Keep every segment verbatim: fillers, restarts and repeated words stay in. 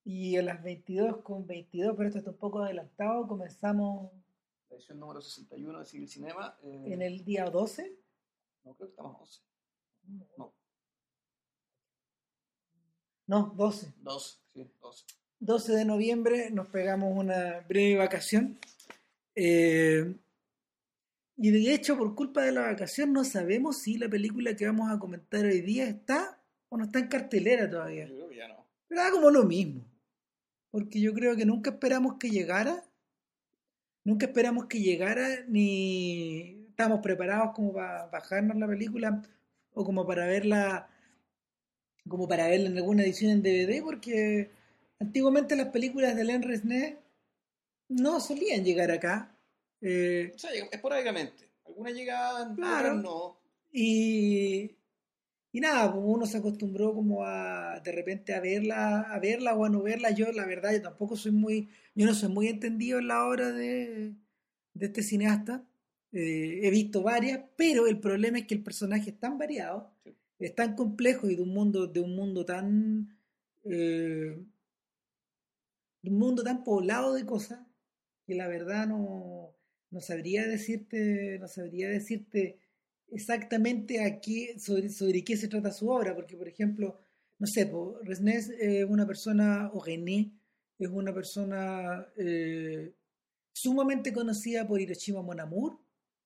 Y a las veintidós con veintidós, pero esto está un poco adelantado, comenzamos La edición número sesenta y uno de Civil Cinema. en Eh, el día doce. no, creo que estamos a once. No, No, doce. doce, sí, doce. doce de noviembre nos pegamos una breve vacación. Eh, y de hecho, por culpa de la vacación, no sabemos si la película que vamos a comentar hoy día está o no está en cartelera todavía. Yo creo que ya no. Pero da como lo mismo, porque yo creo que nunca esperamos que llegara, nunca esperamos que llegara, ni estamos preparados como para bajarnos la película o como para verla, como para verla en alguna edición en D V D, porque antiguamente las películas de Alain Resnais no solían llegar acá. Eh, O sea, llega- esporádicamente. Algunas llegaban, otras claro, no. y, y nada, pues uno se acostumbró como a de repente a verla, a verla o a no verla. Yo, la verdad, yo tampoco soy muy, yo no soy muy entendido en la obra de, de este cineasta. Eh, he visto varias, pero el problema es que el personaje es tan variado, Sí. es tan complejo y de un mundo, de un mundo tan, eh, de un mundo tan poblado de cosas que la verdad no, no sabría decirte, no sabría decirte exactamente a qué, sobre, sobre qué se trata su obra, porque por ejemplo, no sé, po, Resnais es una persona, o René, es una persona eh, sumamente conocida por Hiroshima Mon Amour,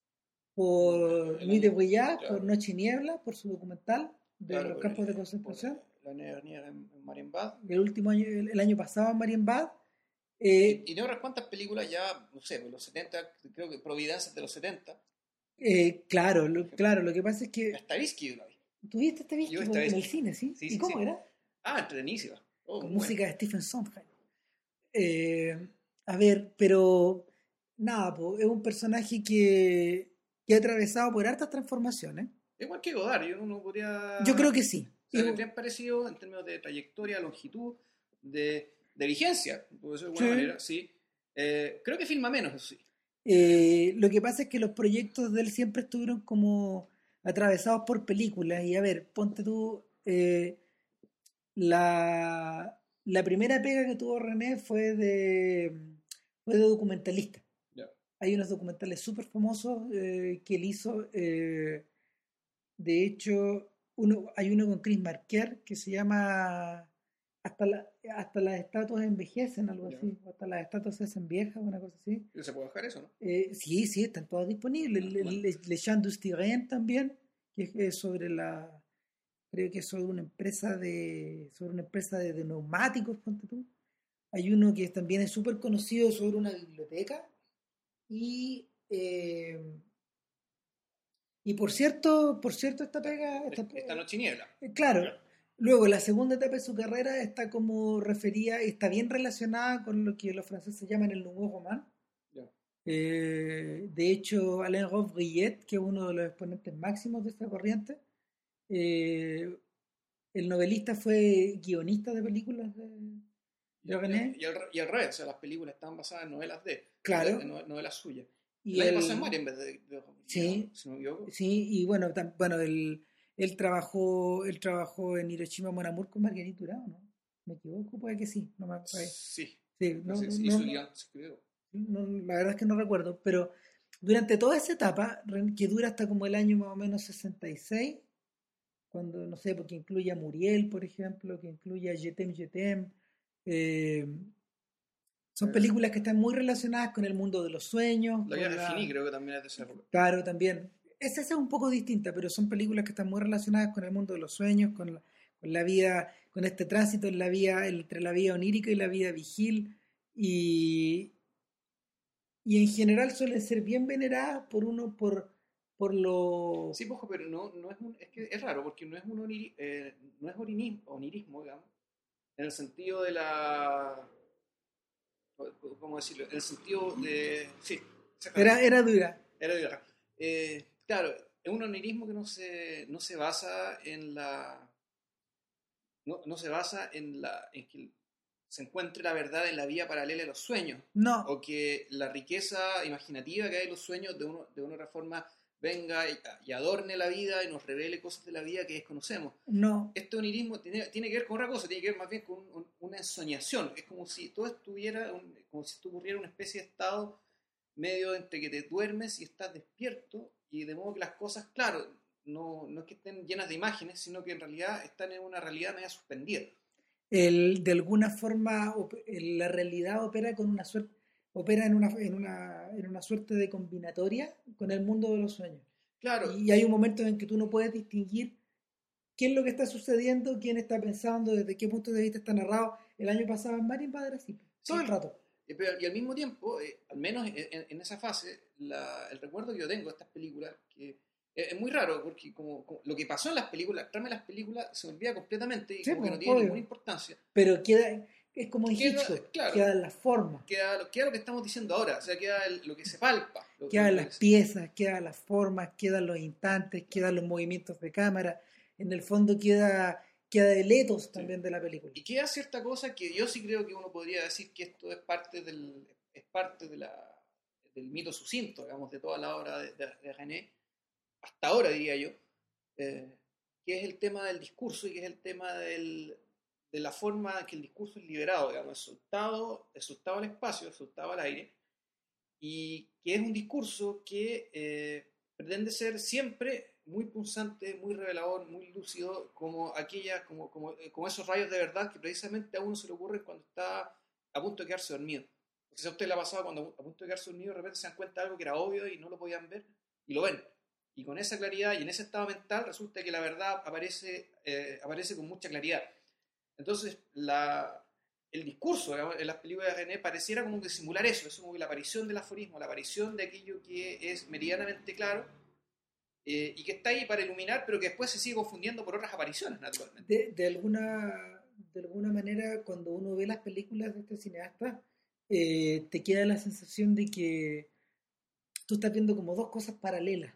por El Nuit de año, Brillard, por claro, Noche y Niebla, por su documental de claro, los por, campos de eh, por concentración, la nieve, nieve en, en Marienbad. el último año, el, el año pasado en Marienbad. Y, Eh, y de otras cuantas películas ya, no sé, de los setenta, creo que Providencia de los setenta, eh, claro, por lo, ejemplo. claro, lo que pasa es que Hasta Visky una vez. tuviste este Yo Visky esta en vez. el cine, ¿sí? Sí, ¿Y sí, cómo sí. era? Ah, entretenísima. Oh, Con muy buena. música de Stephen Sondheim. Eh, a ver, pero nada, po, es un personaje que, que ha atravesado por hartas transformaciones. Igual que Godard, yo no Yo podría. creo O que sí. sea, Yo- tendrían parecido en términos de trayectoria, longitud, de, de vigencia, por decirlo de alguna sí. manera, sí. Eh, creo que filma menos, eso sí. Eh, lo que pasa es que los proyectos de él siempre estuvieron como atravesados por películas. Y a ver, ponte tú, eh, la, la primera pega que tuvo René fue de, fue de documentalista. Ya. Hay unos documentales súper famosos eh, que él hizo. Eh, de hecho, uno, hay uno con Chris Marker que se llama Hasta, la, hasta las estatuas envejecen, algo Ya. así. O hasta las estatuas se hacen viejas, una cosa así. Se puede bajar eso, ¿no? Eh, sí, sí, están todos disponibles. Ah, Le, bueno. le, Le Chant du Styrène también, que es eh, sobre la, creo que es sobre una empresa de, sobre una empresa de, de neumáticos, ponte tú. Hay uno que también es súper conocido sobre una biblioteca. Y, eh, y por cierto, por cierto, esta pega, esta, Esta noche niebla. eh, claro, Ya. luego la segunda etapa de su carrera está como referida, está bien relacionada con lo que los franceses llaman el Nouveau Roman. Ya. Eh, de hecho, Alain Robbe-Grillet, que es uno de los exponentes máximos de esta corriente, eh, el novelista fue guionista de películas de, Y, de René, y, y, al, y al revés, o sea, las películas estaban basadas en novelas de, claro, de no- novelas suyas. y El año pasado en él, Mario en vez de, de, sí, si no me equivoco. sí, y bueno, tam- bueno, él, él trabajó, él trabajó en Hiroshima Mon Amour con Marguerite Durán, ¿no? ¿Me equivoco? Puede que sí, no me acuerdo. Sí, Sí, no, sí, no, sí, no, hizo el no, guión, sí, creo. no, la verdad es que no recuerdo, pero durante toda esa etapa, re- que dura hasta como el año más o menos sesenta y seis, cuando, no sé, porque incluye a Muriel, por ejemplo, que incluye a Jetem Jetem, eh, son Eh, películas que están muy relacionadas con el mundo de los sueños, la guía con de Fini la... creo que también es de esa época. Claro, también. Esa es un poco distinta, pero son películas que están muy relacionadas con el mundo de los sueños, con la, con la vida, con este tránsito en la vía, entre la vida onírica y la vida vigil, y, y en general suelen ser bien veneradas por uno, por, por lo... Sí, pojo, pero no, no es un, es que es raro porque no es un oniri- eh, no es onirismo, onirismo, digamos, en el sentido de la, ¿cómo decirlo? En el sentido de, sí, Era, exactamente, era dura. era de verdad. Eh, claro, es un onirismo que no se, no se basa en la, no, no se basa en la, en que se encuentre la verdad en la vía paralela de los sueños, No, o que la riqueza imaginativa que hay en los sueños de, uno, de una otra forma venga y, y adorne la vida y nos revele cosas de la vida que desconocemos. No, Este onirismo tiene, tiene que ver con otra cosa, tiene que ver más bien con un- una ensoñación. Es como si todo estuviera, un- como si esto ocurriera una especie de estado medio entre que te duermes y estás despierto, y de modo que las cosas, claro, no, no es que estén llenas de imágenes, sino que en realidad están en una realidad media suspendida. el, de alguna forma op- el- la realidad opera con una suerte, opera en una, en una, en una suerte de combinatoria con el mundo de los sueños. Claro, Y hay un momento en que tú no puedes distinguir qué es lo que está sucediendo, quién está pensando, desde qué punto de vista está narrado. El año pasado en Marin Padre así, todo el sí, rato. eh, pero- y al mismo tiempo, eh, al menos en, en- en esa fase, la- el recuerdo que yo tengo de estas películas, que eh, es muy raro, porque como, como lo que pasó en las películas, la trama de las películas se olvida completamente y Sí, como que pues, no tiene ninguna obvio. importancia. Pero queda, es como en Queda, Hitchcock, claro, queda en la forma, queda, lo- queda lo que estamos diciendo ahora, o sea, queda el- lo que se palpa. Lo, lo- quedan lo las que se- piezas, quedan las formas, quedan los instantes, quedan los movimientos de cámara. En el fondo queda, queda el ethos sí. también de la película. Y queda cierta cosa que yo sí creo que uno podría decir que esto es parte del, es parte de la, del mito sucinto, digamos, de toda la obra de, de, de René, hasta ahora diría yo, eh, que es el tema del discurso y que es el tema del, de la forma en que el discurso es liberado, digamos, es soltado, es soltado al espacio, es soltado al aire, y que es un discurso que eh, pretende ser siempre muy punzante, muy revelador, muy lúcido, como aquellas, como, como, eh, como esos rayos de verdad que precisamente a uno se le ocurren cuando está a punto de quedarse dormido. Porque si a usted le ha pasado cuando a punto de quedarse dormido, de repente se dan cuenta de algo que era obvio y no lo podían ver, y lo ven. Y con esa claridad y en ese estado mental resulta que la verdad aparece, eh, aparece con mucha claridad. Entonces, la, el discurso, digamos, en las películas de René pareciera como que simular eso, es como que la aparición del aforismo, la aparición de aquello que es meridianamente claro, eh, y que está ahí para iluminar, pero que después se sigue confundiendo por otras apariciones, naturalmente. De, de alguna, de alguna manera, cuando uno ve las películas de este cineasta, eh, te queda la sensación de que tú estás viendo como dos cosas paralelas.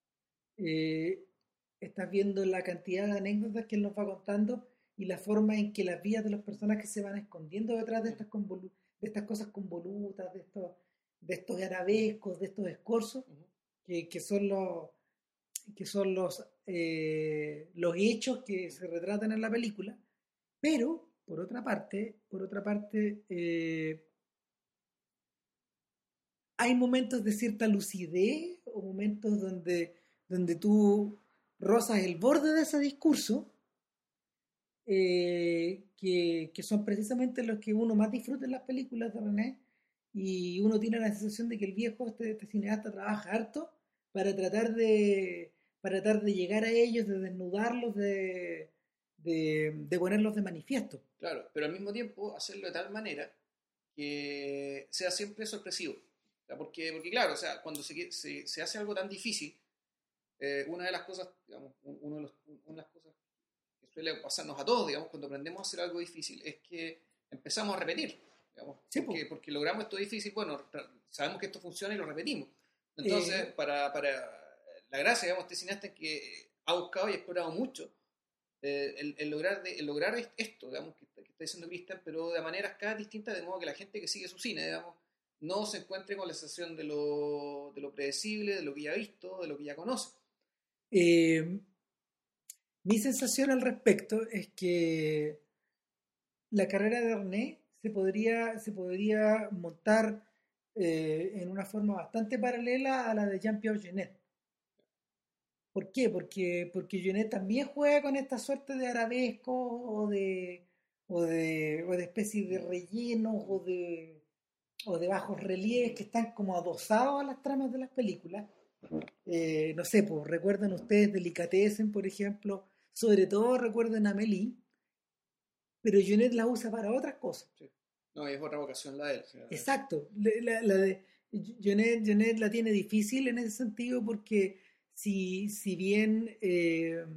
Eh, Estás viendo la cantidad de anécdotas que él nos va contando y la forma en que las vidas de los personajes se van escondiendo detrás de estas, convolu- de estas cosas convolutas, de estos, de estos arabescos, de estos escorzos, Uh -huh. que, que son los que son los, eh, los hechos que se retratan en la película, pero por otra parte, por otra parte, eh, hay momentos de cierta lucidez o momentos donde, donde tú rozas el borde de ese discurso, eh, que, que son precisamente los que uno más disfruta en las películas de René, y uno tiene la sensación de que el viejo, este, este cineasta, trabaja harto para tratar de, para tratar de llegar a ellos, de desnudarlos, de, de, de ponerlos de manifiesto. Claro, pero al mismo tiempo hacerlo de tal manera que sea siempre sorpresivo. O sea, porque, porque, claro, o sea, cuando se, se, se hace algo tan difícil, eh, una de las cosas, digamos, uno de los, una de las cosas que suele pasarnos a todos, digamos, cuando aprendemos a hacer algo difícil, es que empezamos a repetir, digamos, Sí, porque, porque logramos esto difícil, bueno, sabemos que esto funciona y lo repetimos. Entonces, eh, para, para la gracia, digamos, este cineasta que ha buscado y explorado mucho eh, el, el, lograr de, el lograr esto, digamos, que, que está diciendo Christian, pero de maneras cada distintas, de modo que la gente que sigue su cine, digamos, no se encuentre con la sensación de lo, de lo predecible, de lo que ya ha visto, de lo que ya conoce. eh, Mi sensación al respecto es que la carrera de René se podría, se podría montar eh, en una forma bastante paralela a la de Jean-Pierre Jeunet. ¿Por qué? Porque, porque Jeunet también juega con esta suerte de arabesco o de, o de, o de especies de rellenos o de, o de bajos relieves que están como adosados a las tramas de las películas. Eh, no sé, pues recuerden ustedes Delicatessen, por ejemplo, sobre todo recuerden a Amélie, pero Jeunet la usa para otras cosas. Sí. No, es otra vocación la de él. ¿Sí? Exacto, la, la de Jeunet, Jeunet la tiene difícil en ese sentido porque si, si bien eh,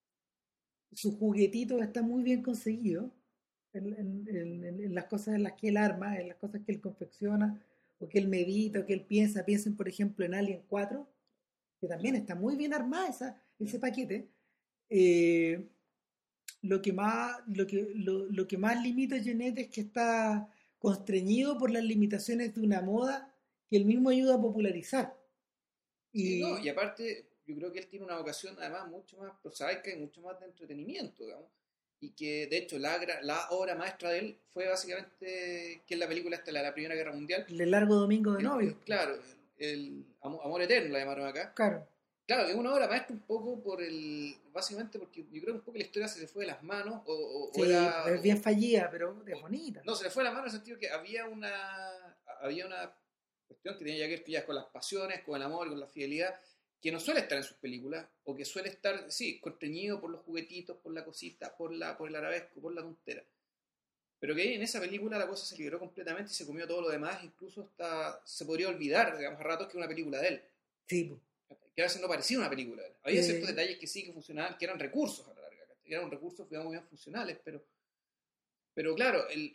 su juguetito está muy bien conseguido en, en, en, en, las cosas en las que él arma, en las cosas que él confecciona, o que él medita, o que él piensa, piensen por ejemplo en Alien cuatro, que también está muy bien armada esa, ese paquete. Eh, lo que más lo que, lo, lo que más limita a Jeunet es que está constreñido por las limitaciones de una moda que él mismo ayuda a popularizar. Sí, no, Y y aparte, yo creo que él tiene una vocación además mucho más prosaica y mucho más de entretenimiento, digamos. Y que, de hecho, la, gra- la obra maestra de él fue básicamente, que es la película esta, la de la Primera Guerra Mundial. el largo domingo de El, novios, el- pues, claro, el, el Amo- Amor Eterno la llamaron acá. claro. Claro, es una obra maestra un poco por el, básicamente porque yo creo que un poco la historia se le fue de las manos, o, o- o Sí, era, pues es bien o- fallida, pero es o- bonita. no, se le fue de las manos en el sentido que había una, había una cuestión que tenía que ver ya con las pasiones, con el amor, con la fidelidad, que no suele estar en sus películas, o que suele estar, sí, constreñido por los juguetitos, por la cosita, por la, por el arabesco, por la tontera. Pero que ahí en esa película la cosa se liberó completamente y se comió todo lo demás, incluso hasta se podría olvidar, digamos, a ratos que era una película de él, Sí, pues. que a veces no parecía una película de él. Había ciertos Eh, detalles que sí que funcionaban, que eran recursos a la larga, ¿cachai? Que eran recursos, digamos, bien funcionales, pero, pero claro, el,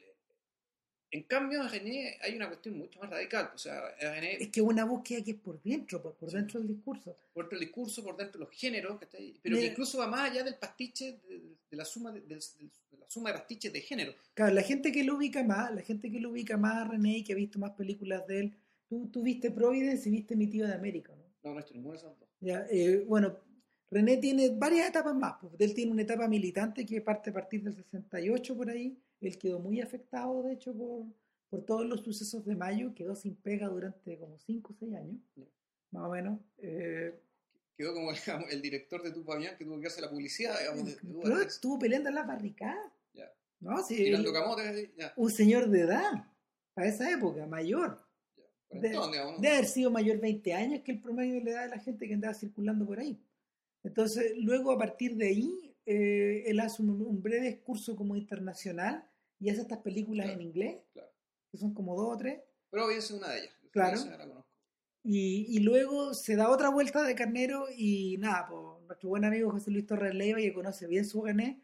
en cambio en René hay una cuestión mucho más radical, o sea, en es René, que es una búsqueda que es por dentro, pues, por sí, dentro del discurso. por dentro del discurso, por dentro de los géneros, ¿cachai? Pero que Mira, incluso va más allá del pastiche, de, de la suma de, de- de la suma de pastiches de género. claro, la gente que lo ubica más, la gente que lo ubica más a René y que ha visto más películas de él, tú, tú viste Providence y viste Mi tío de América, ¿no? No, no estoy ninguno de esos dos. Ya, eh, bueno, René tiene varias etapas más, pues. Él tiene una etapa militante que parte a partir del sesenta y ocho por ahí. Él quedó muy afectado, de hecho, por, por todos los sucesos de mayo. Quedó sin pega durante como cinco o seis años, más o menos. Eh, Quedó como digamos, el director de Tupac que tuvo que hacer la publicidad, digamos, de, de pero Uber. estuvo peleando en las barricadas, Ya. ¿no? Sí, Tirando él- camotes, ya, un señor de edad, para esa época, mayor. ya. De, Cuarentón, digamos, de ¿no? haber sido mayor veinte años que el promedio de la edad de la gente que andaba circulando por ahí. Entonces, luego a partir de ahí, eh, él hace un, un breve curso como internacional y hace estas películas en Claro, inglés, claro. que son como dos o tres, Pero es una de ellas. claro. Esa la conozco. Y, y luego se da otra vuelta de carnero y nada, pues nuestro buen amigo José Luis Torres Leiva, que conoce bien su René,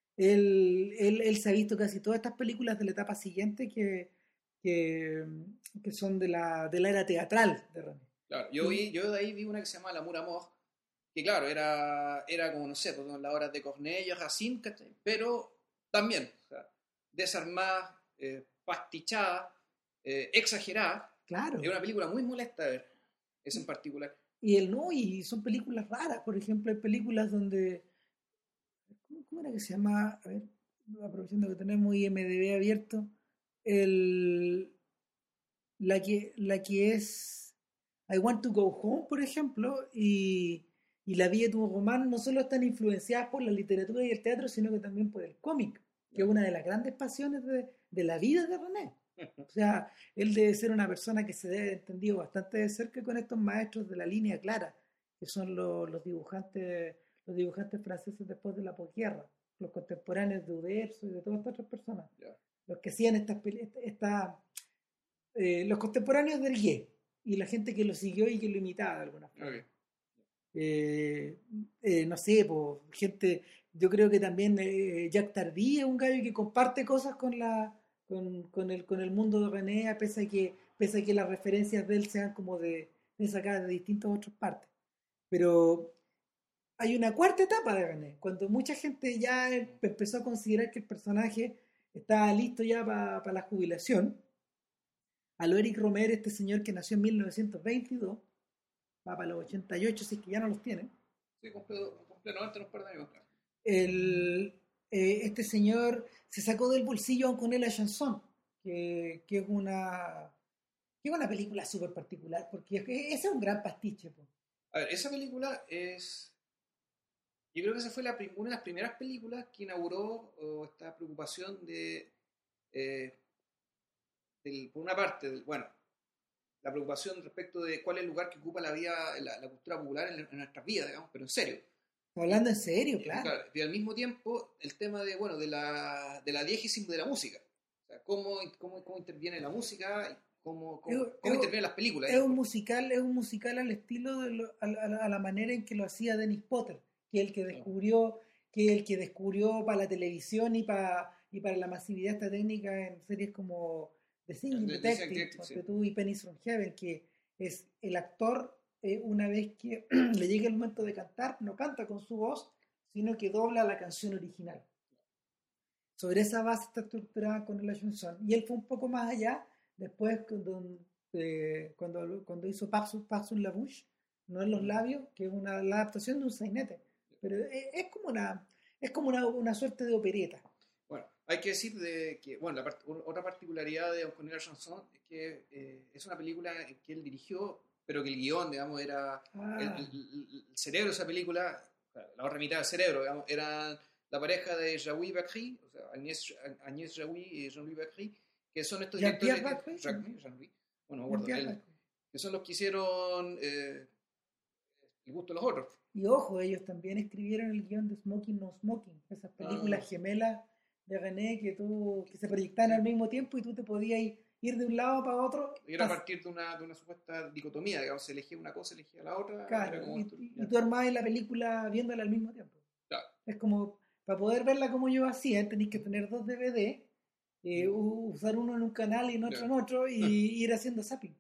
él, él, él se ha visto casi todas estas películas de la etapa siguiente que, que, que son de la, de la era teatral de René. Claro, yo, Y, vi, yo de ahí vi una que se llama L'amour à mort, que claro, era, era como, no sé, pues, las obras de Corneille, Racine, ¿cachai? Pero también, o sea, desarmada, eh, pastichada, eh, exagerada. Es claro, una película muy molesta de ver, esa en particular. y él no, y son películas raras, por ejemplo, hay películas donde, ¿cómo, cómo era que se llama? A ver, aprovechando que tenemos I M D B abierto, el, la que, la que es I Want to Go Home, por ejemplo, y, y La vida de tu román no solo están influenciadas por la literatura y el teatro, sino que también por el cómic, que es ¿No? una de las grandes pasiones de, de la vida de René. O sea, él debe ser una persona que se debe haber entendido bastante de cerca con estos maestros de la línea clara, que son los, los dibujantes, los dibujantes franceses después de la posguerra, los contemporáneos de Uderzo y de todas estas otras personas, Ya, los que hacían estas, esta, eh, los contemporáneos del Gué y la gente que lo siguió y que lo imitaba de alguna forma. ok. Eh, eh, no sé, po, gente, yo creo que también eh, Jack Tardy es un gallo que comparte cosas con la con, con el con el mundo de René, a pese a que pese a que las referencias de él sean como de, de sacadas de distintas otras partes. Pero hay una cuarta etapa de René, cuando mucha gente ya em- empezó a considerar que el personaje estaba listo ya para pa la jubilación. A lo Eric Romer, este señor que nació en mil novecientos veintidós, va para los ochenta y ocho, si es que ya no los tiene. Sí, completo, completo, no, un par de años, claro. El, eh, este señor se sacó del bolsillo con él a Chanson, que, que es una que es una película súper particular, porque es, ese es un gran pastiche. Po. A ver, esa película es. Yo creo que esa fue la prim- una de las primeras películas que inauguró oh, esta preocupación de. eh, del- por una parte, del- bueno, la preocupación respecto de cuál es el lugar que ocupa la vida, la, la cultura popular en, en nuestras vidas, digamos, pero en serio. Hablando en serio, Y, claro. claro, y al mismo tiempo el tema de, bueno, de la, de la diégesis de la música. O sea, cómo, cómo, cómo interviene la música, y cómo, Es, cómo, cómo es- intervienen las películas. es digamos, un porque- musical, es un musical al estilo de lo- a, la, a la manera en que lo hacía Dennis Potter, que es el que no, descubrió, que es el que descubrió para la televisión y para y para la masividad esta técnica en series como The Singing de- decían Detective, que sí. ponte tú, y Pennies from Heaven, que es el actor, eh, una vez que le llega el momento de cantar, no canta con su voz, sino que dobla la canción original. Sobre esa base está estructurada con el Johnson. Y él fue un poco más allá, después cuando, eh, cuando, cuando hizo Parson, Parson La Bouche, no en los Mm. labios, que es una, la adaptación de un sainete. Pero es, es como una, es como una, una suerte de opereta. Bueno, hay que decir de que, bueno, la part- otra particularidad de Don Cornelio Chanson es que eh, es una película que él dirigió, pero que el guión, digamos, era el, Ah, el- el- el cerebro de esa película, la otra mitad del cerebro, digamos, era la pareja de Jaoui Bacri, o sea, Agnès, Agnès Jaoui y Jean-Louis Bacri, que son estos Jean-Pierre directores que, Bacri. Jacques, Jean-Louis, bueno, no me acuerdo, Jean-Pierre él, Bacri. que son los que hicieron eh, El gusto de los otros. Y ojo, ellos también escribieron el guión de Smoking No Smoking, esas Ah, películas gemelas de René que, tú, que se proyectaban sí. al mismo tiempo y tú te podías ir, ir de un lado para otro. Y era a Pas, partir de una, de una supuesta dicotomía, digamos, se elegía una cosa, elegía la otra, era claro, como y, esto, y, y ya, tú armabas la película viéndola al mismo tiempo. claro. Es como, para poder verla como yo hacía, tenéis que tener dos D V D, eh, Mm, usar uno en un canal y en otro ya. en otro, y ir haciendo zapping.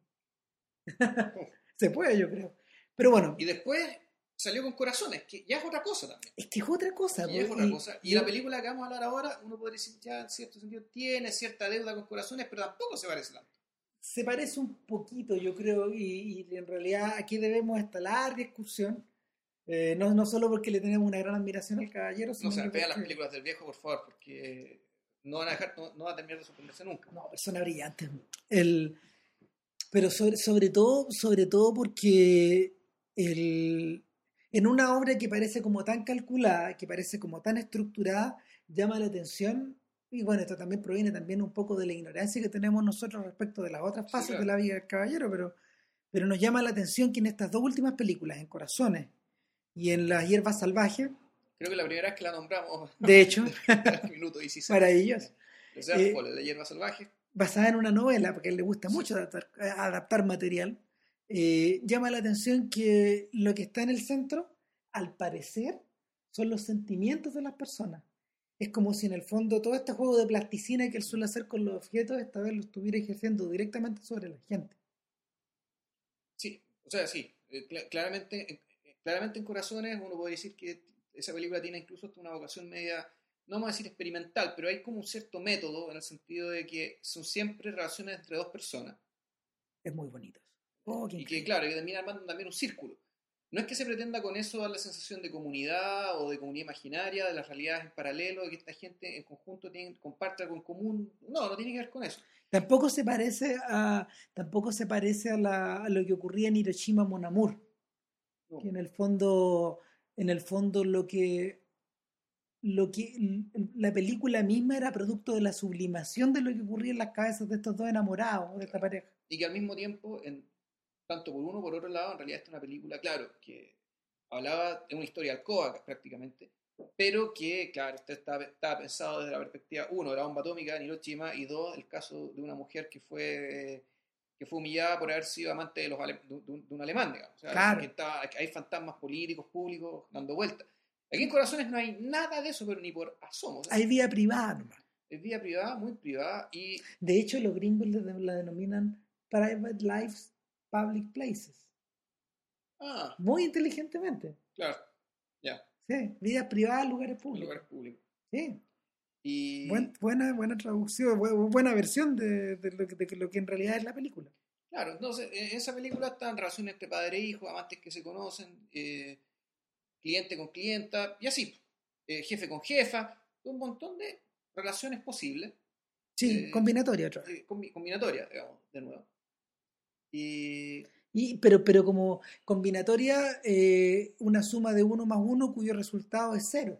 Se puede, yo creo. Pero bueno, Y después salió con Corazones, que ya es otra cosa también. es que es otra cosa, Que ya pues, es otra y cosa. Y la yo, película que vamos a hablar ahora, uno podría decir ya en cierto sentido tiene cierta deuda con Corazones, pero tampoco se parece tanto. se parece un poquito, yo creo, y, y en realidad aquí debemos esta larga excursión, eh, no, no solo porque le tenemos una gran admiración al caballero, No, o sino sea, que vean las porque, películas del viejo, por favor, porque no van a dejar, no, no va a terminar de sorprenderse nunca. no, persona brillante. El, pero sobre, sobre todo, sobre todo porque el, en una obra que parece como tan calculada, que parece como tan estructurada, llama la atención, y bueno, esto también proviene también un poco de la ignorancia que tenemos nosotros respecto de las otras Sí, fases de claro. la vida del caballero, pero, pero nos llama la atención que en estas dos últimas películas, en Corazones y en Las hierbas salvajes, Creo que la primera vez que la nombramos de hecho, al minuto dieciséis. maravilloso, O sea, eh, spoiler, de Hierba Salvaje. basada en una novela, porque a él le gusta Sí. mucho adaptar, adaptar material, eh, llama la atención que lo que está en el centro, al parecer, son los sentimientos de las personas. Es como si en el fondo todo este juego de plasticina que él suele hacer con los objetos, esta vez lo estuviera ejerciendo directamente sobre la gente. Sí, o sea, sí, eh, cl- claramente, eh, claramente en Corazones uno puede decir que esa película tiene incluso hasta una vocación media, no vamos a decir experimental, pero hay como un cierto método en el sentido de que son siempre relaciones entre dos personas Es muy bonito eso. Oh, qué y que, increíble. claro, que termina armando también un círculo. No es que se pretenda con eso dar la sensación de comunidad o de comunidad imaginaria, de las realidades en paralelo, de que esta gente en conjunto tiene, comparte algo en común. No, no tiene que ver con eso. Tampoco se parece a, tampoco se parece a, la- a lo que ocurría en Hiroshima Mon Amour, que No, en el fondo, en el fondo lo que lo que la película misma era producto de la sublimación de lo que ocurría en las cabezas de estos dos enamorados, de esta claro. pareja. Y que al mismo tiempo, en, tanto por uno por otro lado, en realidad esta es una película, claro, que hablaba de una historia alcoba prácticamente, pero que, claro, esto estaba, estaba pensado desde la perspectiva, uno, de la bomba atómica en Hiroshima, y dos, el caso de una mujer que fue que fue humillada por haber sido amante de, los ale- de, un, de un alemán, digamos. O sea, que, que Claro, estaba, que hay fantasmas políticos, públicos, dando vueltas. Aquí en Corazones no hay nada de eso, pero ni por asomo. O sea, hay vía privada nomás. es vida privada, muy privada, y... De hecho, los gringos la, la denominan private lives, public places. Ah, Muy inteligentemente. claro, ya, Sí, vidas privadas, lugares en públicos. lugares públicos. Sí, Y, buen- buena, buena traducción, bu- buena versión de, de lo que, de lo que en realidad es la película. claro, entonces, en esa película están relaciones entre padre e hijo, amantes que se conocen, eh, cliente con clienta, y así, eh, jefe con jefa, un montón de relaciones posibles, Sí, eh, combinatoria otra vez. eh, combi- combinatorias, digamos, de nuevo. Y Y, pero, pero como combinatoria, eh, una suma de uno más uno cuyo resultado es cero,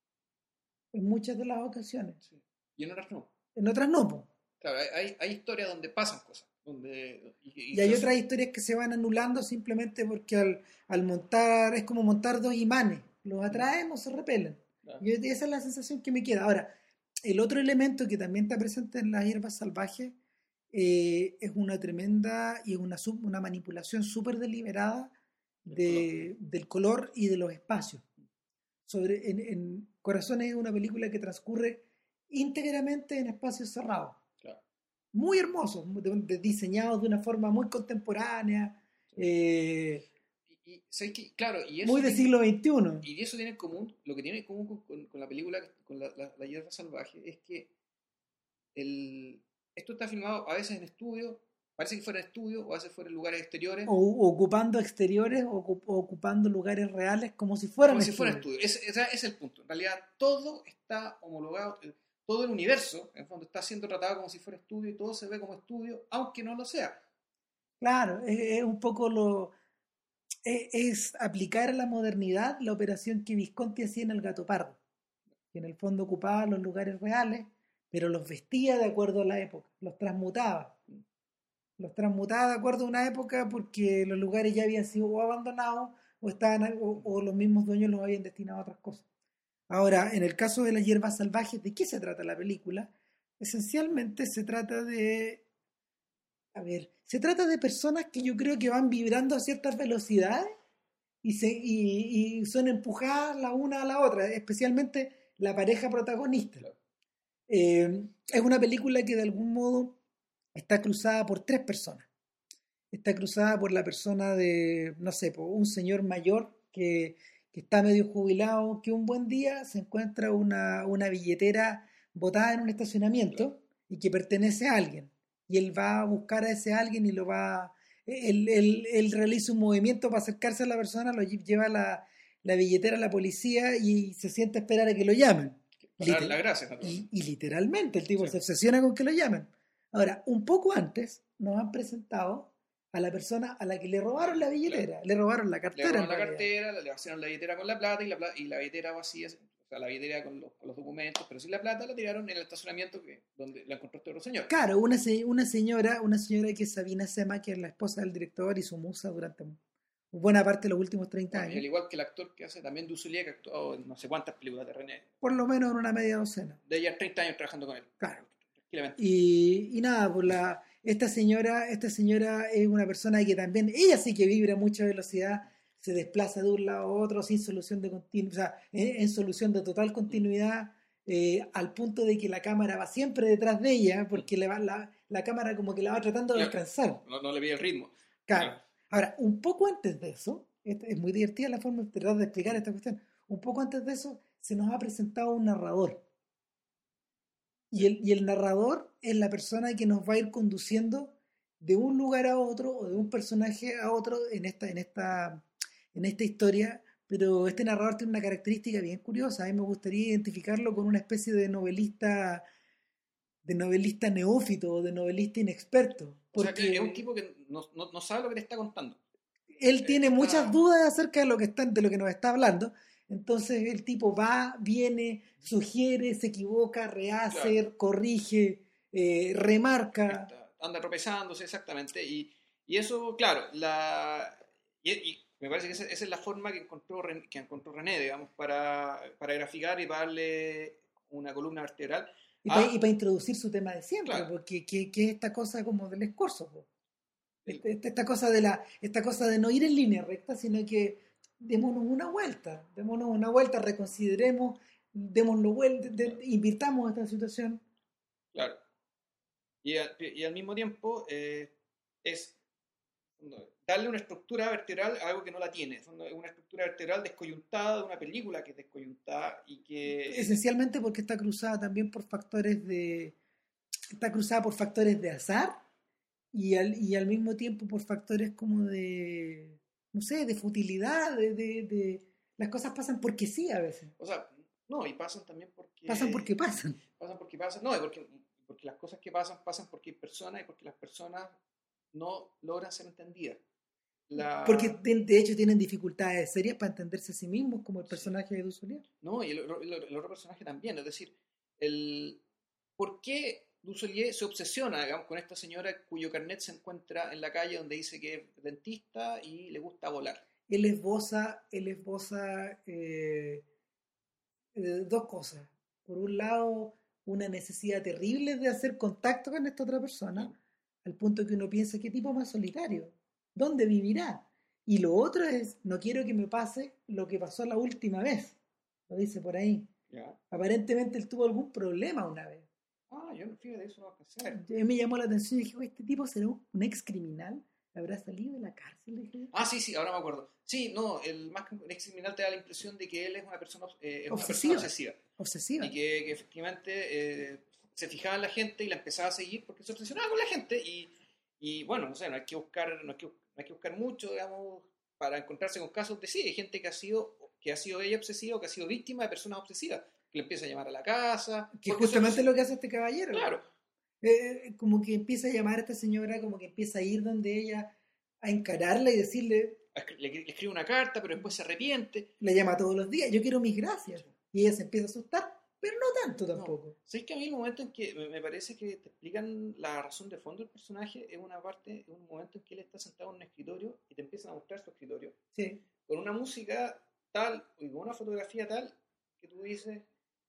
en muchas de las ocasiones. sí, y en otras no. En otras no, po. Claro, hay, hay, hay historias donde pasan cosas, donde, y, y Y hay eso- otras historias que se van anulando simplemente porque al, al montar, es como montar dos imanes, los atraen o se repelen. claro, Y esa es la sensación que me queda. Ahora, el otro elemento que también está presente en las hierbas salvajes eh, es una tremenda y una, sub- una manipulación súper deliberada el color, de, del color y de los espacios. Sobre, en, en Corazones es una película que transcurre íntegramente en espacios cerrados, claro. muy hermosos, muy- de- de- diseñados de una forma muy contemporánea, Sí. eh, Y, y, ¿sabes qué? Claro, y eso muy del tiene, siglo veintiuno. y eso tiene en común, lo que tiene en común con, con- con la película, con la, la, la hierba salvaje, es que el, esto está filmado a veces en estudio, parece que fueran estudios o a veces fueran lugares exteriores. O, o ocupando exteriores o, ocu- o ocupando lugares reales como si fueran Como si fuera estudios. estudio. Ese, ese es el punto. En realidad, todo está homologado, el- todo el universo, en el fondo, está siendo tratado como si fuera estudio y todo se ve como estudio, aunque no lo sea. Claro, es, es un poco lo... Es, es aplicar a la modernidad la operación que Visconti hacía en El Gato Pardo, que en el fondo ocupaba los lugares reales, pero los vestía de acuerdo a la época, los transmutaba. Los transmutaba de acuerdo a una época porque los lugares ya habían sido o abandonados o, estaban, o, o los mismos dueños los habían destinado a otras cosas. Ahora, en el caso de las hierbas salvajes, ¿de qué se trata la película? Esencialmente se trata de, a ver, se trata de personas que yo creo que van vibrando a ciertas velocidades y, se, y, y son empujadas la una a la otra, especialmente la pareja protagonista. Claro. Eh, es una película que de algún modo está cruzada por tres personas. Está cruzada por la persona de, no sé, por un señor mayor que, que está medio jubilado, que un buen día se encuentra una, una billetera botada en un Claro. estacionamiento y que pertenece a alguien. Y él va a buscar a ese alguien y lo va... Él, él- él realiza un movimiento para acercarse a la persona, lo lle- lleva la, la billetera a la policía y se sienta a esperar a que lo llamen. Para dar Liter- las gracias, y, naturalmente. y literalmente el tipo Sí. se obsesiona con que lo llamen. Ahora, un poco antes nos han presentado a la persona a la que le robaron la Claro. billetera, le robaron la Le cartera en roban la realidad. cartera, le vaciaron la billetera con la plata y la, pla- y la billetera vacía, o sea, la billetera con los, con los documentos, pero sin la plata la tiraron en el estacionamiento que, donde la encontró este otro señor. Claro, una, se- una señora, una señora que es Sabina Sema, que es la esposa del director y su musa durante buena parte de los últimos treinta Bueno, y años, al igual que el actor que hace también Dussolier, que ha actuado en no sé cuántas películas de René, por lo menos en una media docena. de ella treinta años trabajando con él, Claro. tranquilamente. Y, y nada, pues la, esta señora, esta señora es una persona que también, ella sí que vibra a mucha velocidad, se desplaza de un lado a otro sin solución de continuidad, o sea, en, en solución de total Mm, continuidad, eh, al punto de que la cámara va siempre detrás de ella, mm. porque le va, la, la cámara como que la va tratando de Claro, alcanzar. no, no le pide el ritmo. Claro. Claro. Ahora, un poco antes de eso, esta- es muy divertida la forma de tratar de explicar esta cuestión, un poco antes de eso se nos ha presentado un narrador. Y Sí. el, y el narrador es la persona que nos va a ir conduciendo de un lugar a otro o de un personaje a otro en esta, en esta, en esta historia. Pero este narrador tiene una característica bien curiosa. A mí me gustaría identificarlo con una especie de novelista, de novelista neófito o de novelista inexperto. O sea, que es un Porque tipo que no, no, no sabe lo que te está contando. él Eh, tiene muchas está, dudas acerca de lo que está, de lo que nos está hablando. Entonces el tipo va, viene, sugiere, se equivoca, claro, rehace, corrige, eh, remarca. está, anda tropezándose exactamente. Y, y eso, claro, la, y, y me parece que esa, esa es la forma que encontró, Ren- que encontró René, digamos, para, para graficar y para darle una columna vertebral Y para a, introducir su tema de siempre, claro, porque que, que es esta cosa como del escorzo, po. el, Este- este- esta cosa de la, esta cosa de no ir en línea recta, sino que démonos una vuelta, démonos una vuelta, reconsideremos, démoslo vuelta, de- claro, invirtamos esta situación. claro. Y, al, y al mismo tiempo eh, es no, darle una estructura vertebral a algo que no la tiene. Es una estructura vertebral descoyuntada de una película que es descoyuntada y que... Esencialmente porque está cruzada también por factores de, está cruzada por factores de azar y al, y al mismo tiempo por factores como de, no sé, de futilidad, de, de, de- las cosas pasan porque sí a veces, O sea, no, y pasan también pasan porque porque... pasan. Pasan porque pasan. No, y porque, porque las cosas que pasan pasan porque hay personas y porque las personas no logran ser entendidas. Porque La, de, de hecho tienen dificultades serias para entenderse a sí mismos, como el sí, personaje de Dussolier. no, y el, otro- el, el otro personaje también. Es decir, el, ¿por qué Dussolier se obsesiona, digamos, con esta señora cuyo carnet se encuentra en la calle donde dice que es dentista y le gusta volar? Él esboza, él esboza eh, eh, dos cosas. Por un lado, una necesidad terrible de hacer contacto con esta otra persona, Claro, al punto que uno piensa, qué tipo más solitario, ¿dónde vivirá? Y lo otro es, no quiero que me pase lo que pasó la última vez, lo dice por ahí. ya. Aparentemente él tuvo algún problema una vez. Ah, yo no fíjate, eso no va a hacer. A mí me llamó la atención y dije, "Oye, este tipo será un, un ex criminal, habrá salido de la cárcel, dije yo. Ah, sí, sí, ahora me acuerdo. Sí, no, el más que un ex criminal te da la impresión de que él es una persona, eh, es una persona Obsesiva, obsesiva. obsesiva. Y que, que efectivamente eh, se fijaba en la gente y la empezaba a seguir porque se obsesionaba con la gente y, Y bueno, no sé, no hay que buscar, no hay que, no hay que buscar mucho, digamos, para encontrarse con casos de sí, hay gente que ha sido, que ha sido ella obsesiva o que ha sido víctima de personas obsesivas, que le empieza a llamar a la casa, Que porque son, justamente es lo que hace este caballero. claro, Eh, como que empieza a llamar a esta señora, como que empieza a ir donde ella, a encararla y decirle, le, le escribe una carta, pero después se arrepiente. le llama todos los días, yo quiero mis gracias. Y ella se empieza a asustar, pero no tanto No, tampoco. ¿sabes que a mí el momento en que me, me parece que te explican la razón de fondo del personaje es una parte, es un momento en que él está sentado en un escritorio y te empiezan a mostrar su escritorio Sí, con una música tal y con una fotografía tal que tú dices,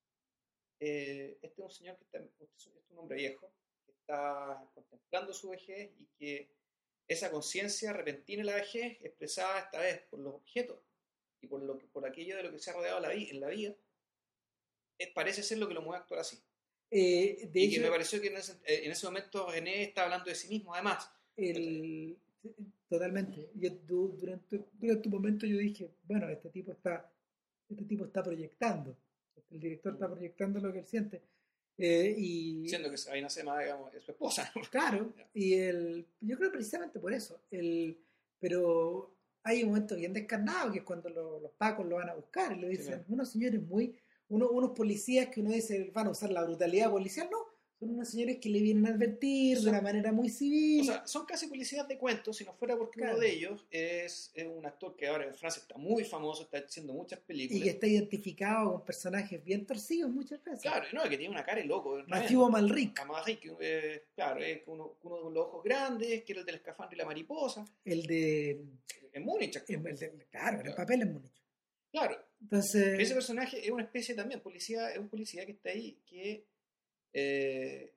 eh, este es un señor que está, este es un hombre viejo, que está contemplando su vejez y que esa conciencia repentina de la vejez, expresada esta vez por los objetos y por, lo que, por aquello de lo que se ha rodeado la vi, en la vida, es, parece ser lo que lo mueve a actuar así. eh, de Y que hecho, me pareció que en ese, eh, en ese momento René está hablando de sí mismo, además. el, totalmente. Yo, du- durante, durante un momento yo dije, bueno, este tipo está, este tipo está proyectando, el director está proyectando lo que él siente. Eh, y Siendo que Sabina Sema, digamos, es su esposa. claro, y el, yo creo precisamente por eso, el, pero hay un momento bien descarnado que es cuando lo- los pacos lo van a buscar y le Sí, dicen, claro. unos señores muy, uno- unos policías que uno dice van a usar la brutalidad policial, no, son unos señores que le vienen a advertir de Son, una manera muy o civil, sea, son casi policías de cuentos, si no fuera porque uno claro, de ellos es, es un actor que ahora en Francia está muy famoso, está haciendo muchas y que películas. está identificado con personajes bien torcidos muchas veces. Claro, no, que tiene una cara de loco, Matthew tremendo. Amalric, Amalric, que eh, claro, es uno, uno con los ojos grandes, que era el del escafandro y la mariposa. el de, En Múnich actuó. el, el de- claro, el Claro. papel es Múnich. Claro, ese Entonces, personaje es una especie también, policía, es un policía que está ahí, que, eh,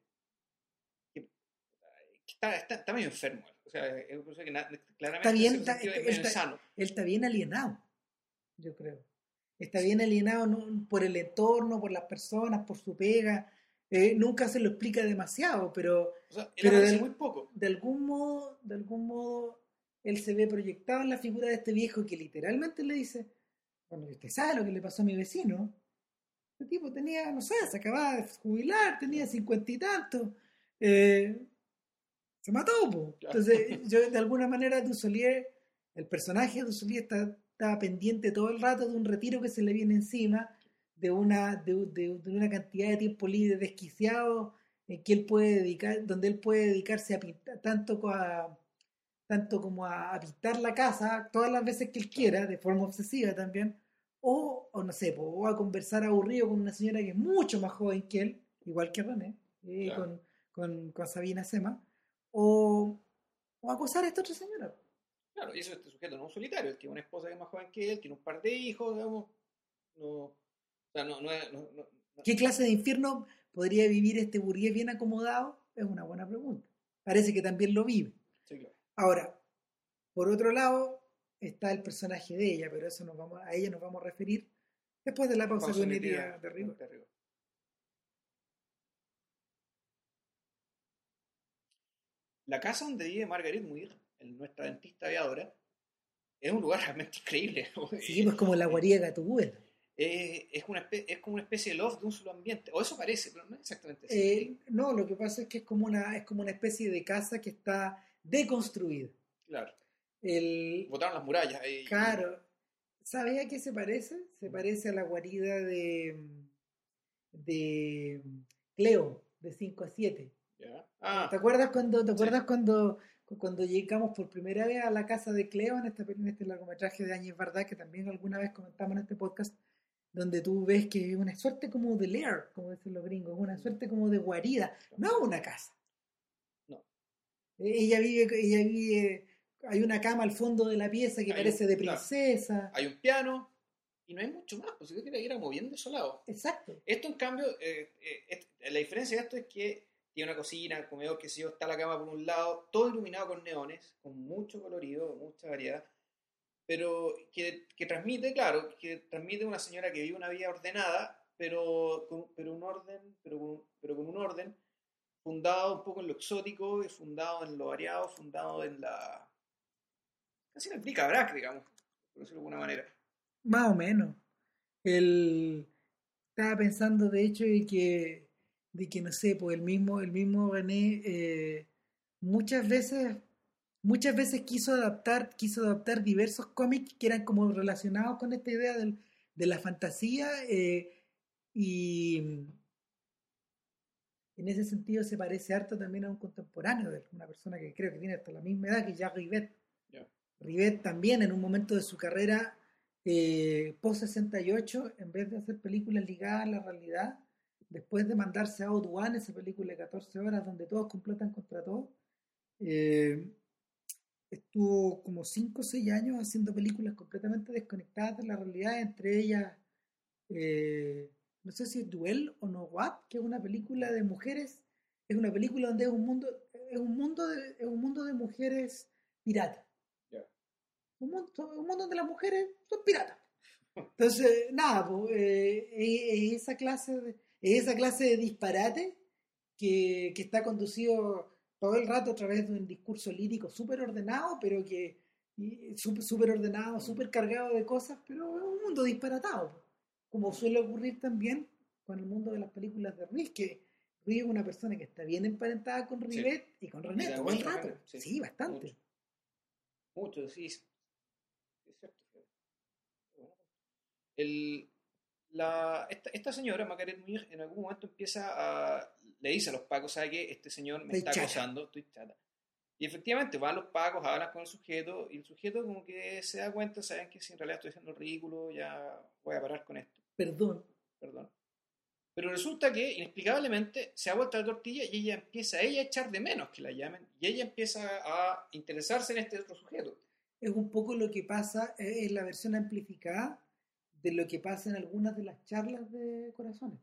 que está, está, está medio enfermo. O sea, es un policía que na- está claramente en bien, cierto está, sentido él, es medio está, insano. él está bien alienado, yo creo. Está Sí. bien alienado, ¿no?, por el entorno, por las personas, por su pega. Eh, nunca se lo explica demasiado, pero, O sea, él pero aparece muy de, poco. de algún modo, de algún modo, él se ve proyectado en la figura de este viejo que literalmente le dice, bueno, usted sabe lo que le pasó a mi vecino. Este tipo tenía, no sé, se acababa de jubilar, tenía cincuenta y tantos. Eh, se mató, po. Claro. Entonces, yo de alguna manera Dussolier, el personaje de Dussolier está, está pendiente todo el rato de un retiro que se le viene encima, de una, de, de- de una cantidad de tiempo libre desquiciado en que él puede dedicar, donde él puede dedicarse a pintar, tanto, co- a- tanto como a, a pintar la casa todas las veces que él Claro, quiera, de forma obsesiva también, o, o no sé, po, o a conversar aburrido con una señora que es mucho más joven que él, igual que René, eh, claro, con, con, con Sabina Sema, o, o acosar a esta otra señora. claro. Y eso este sujeto no es un solitario. Él tiene una esposa que es más joven que él, tiene un par de hijos, digamos. No, o sea, no, no, es- no, no, no- ¿Qué clase de infierno podría vivir este burgués bien acomodado? Es una buena pregunta. Parece que también lo vive. sí, claro. Ahora, por otro lado, está el personaje de ella, pero eso nos vamos, a ella nos vamos a referir después de la pausa Pausa auditiva cognitiva de rigor. de rigor. La casa donde vive Margaret Muir, el- nuestra dentista aviadora, es un lugar realmente increíble. Sí, pues como la guarida de Gatúbela. Eh, es, una espe- es como una especie de loft de un solo ambiente. O eso parece, pero no es exactamente así. Eh, no, lo que pasa es que es como una, es como una especie de casa que está deconstruida. Claro. El, Botaron las murallas. Y, y- Claro, ¿sabes a qué se parece? Se parece a la guarida de, de Cleo, de cinco a siete. ¿ya? ¿Te Ah, acuerdas cuando, te sí, acuerdas cuando, cuando llegamos por primera vez a la casa de Cleo en este, en este largometraje de Áñez Varda, que también alguna vez comentamos en este podcast, donde tú ves que es una suerte como de lair, como dicen los gringos, una suerte como de guarida, no es una casa. no. Eh, Ella vive, ella vive, hay una cama al fondo de la pieza que Hay un, parece de claro, princesa. hay un piano y no hay mucho más. Pues yo quería ir moviendo desolado. Exacto. Esto, en cambio, eh, eh, es- la diferencia de esto es que tiene una cocina, el comedor, que sé yo, está la cama por un lado, todo iluminado con neones, con mucho colorido, mucha variedad, pero que, que transmite, claro, que transmite una señora que vive una vida ordenada, pero con, pero un orden, pero con, pero con un orden fundado un poco en lo exótico, y fundado en lo variado, fundado en la casi en el bric-a-brac, digamos, por decirlo de alguna manera. Más o menos. El, estaba pensando, de hecho, de que, de que no sé, pues el mismo, el mismo René, eh, muchas veces, muchas veces quiso adaptar, quiso adaptar diversos cómics que eran como relacionados con esta idea del- de la fantasía, eh, y en ese sentido se parece harto también a un contemporáneo de él, una persona que creo que tiene hasta la misma edad que Jacques Rivette. Ya. Rivet también en un momento de su carrera, eh, post sesenta y ocho, en vez de hacer películas ligadas a la realidad, después de mandarse a Out One, esa película de catorce horas donde todos complotan contra todos, eh, estuvo como cinco o seis años haciendo películas completamente desconectadas de la realidad, entre ellas, eh, no sé si es Duel o No What, que es una película de mujeres, es una película donde es un mundo, es un mundo de, es un mundo de mujeres piratas, Ya. un mundo, un mundo donde las mujeres son piratas. Entonces, nada, pues, eh, es, es esa clase de, es esa clase de disparate que, que está conducido todo el rato a través de un discurso lírico súper ordenado, pero que y súper súper ordenado, Mm. súper cargado de cosas, pero es un mundo disparatado, pues. Como suele ocurrir también con el mundo de las películas de Ruiz, que Ruiz es una persona que está bien emparentada con Sí. Rivet y con Y René todo el también con rato. René, sí. Sí, bastante. Mucho. Mucho, sí. Es es cierto. Bueno, el, la, esta, esta señora, Margaret Muñoz, en algún momento empieza a. Le dice a los pacos, ¿sabe qué? Este señor me Estoy está chata. acosando, estoy chata. Y efectivamente, van los pacos, hablan con el sujeto, y el sujeto como que se da cuenta, saben que si en realidad estoy haciendo el ridículo, ya voy a parar con esto, Perdón. perdón. Pero resulta que, inexplicablemente, se ha vuelto la tortilla y ella empieza a ella a echar de menos que la llamen, y ella empieza a interesarse en este otro sujeto. Es un poco lo que pasa, eh, es la versión amplificada de lo que pasa en algunas de las charlas de corazones.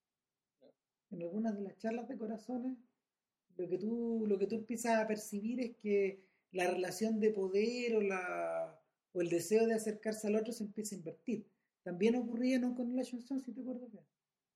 En algunas de las charlas de corazones, lo que tú, lo que tú empiezas a percibir es que la relación de poder o, la, o el deseo de acercarse al otro se empieza a invertir. También ocurría, ¿no?, con Relation Stone, si te acuerdas bien.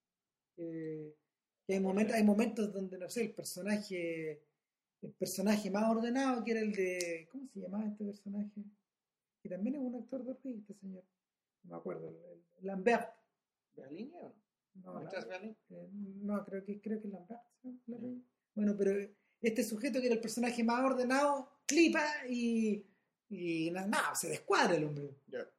Eh, que hay momentos, hay momentos donde, no sé, el personaje, el personaje más ordenado, que era el de, ¿cómo se llamaba este personaje? Que también es un actor de Ortiz, este señor. No me acuerdo, el, el- Lambert. ¿Berlín o no? No, ¿No la- estás Berlín? eh, no, creo que, creo que Lambert. ¿Sí? El Ya. apellido. Bueno, pero este sujeto que era el personaje más ordenado, clipa y, y nada, nada, se descuadra el hombre. Ya.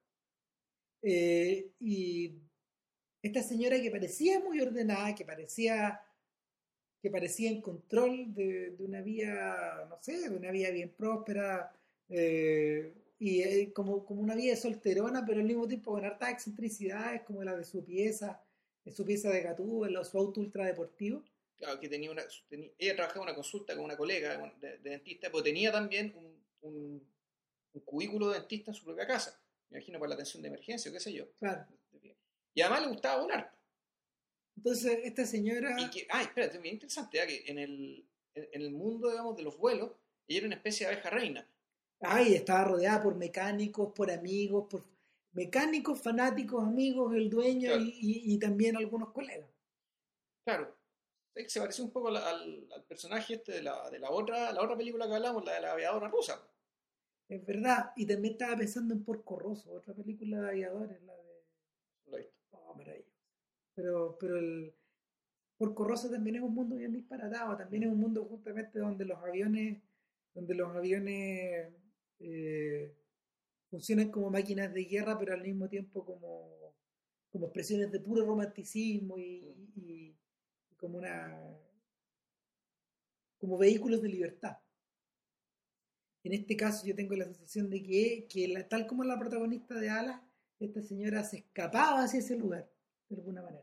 Eh, y esta señora que parecía muy ordenada, que parecía que parecía en control de, de una vía, no sé, de una vía bien próspera, eh, y eh, como, como una vía solterona, pero al mismo tiempo con hartas excentricidades, como la de su pieza, de su pieza de Gatúbela, su auto ultradeportivo. Claro, que tenía una, tenía- ella trabajaba en una consulta con una colega de, de dentista, pero tenía también un, un, un cubículo de dentista en su propia casa, me imagino para la atención de emergencia o qué sé yo. Claro. Y además le gustaba volar. Entonces, esta Y señora, que, ah, espérate, bien interesante, ¿eh? Que en el, en, en el mundo, digamos, de los vuelos, ella era una especie de abeja reina. ay, estaba rodeada por mecánicos, por amigos, por mecánicos, fanáticos, amigos, el dueño Claro, y, y- y también algunos colegas. claro. Es que se pareció un poco al, al- al personaje este de la, de la otra, la otra película que hablamos, la de la aviadora rusa. Es verdad. Y también estaba pensando en Porco Rosso, otra película de aviadores, la de... ¿Lo he visto? Oh, maravilloso. Pero, pero el Porco Rosso también es un mundo bien disparatado, también es Mm. un mundo justamente donde los aviones, donde los aviones eh, funcionan como máquinas de guerra, pero al mismo tiempo como, como expresiones de puro romanticismo Mm. y, y- y como una como vehículos de libertad. En este caso yo tengo la sensación de que, que la- tal como la protagonista de Alas, esta señora se escapaba hacia ese lugar, de alguna manera,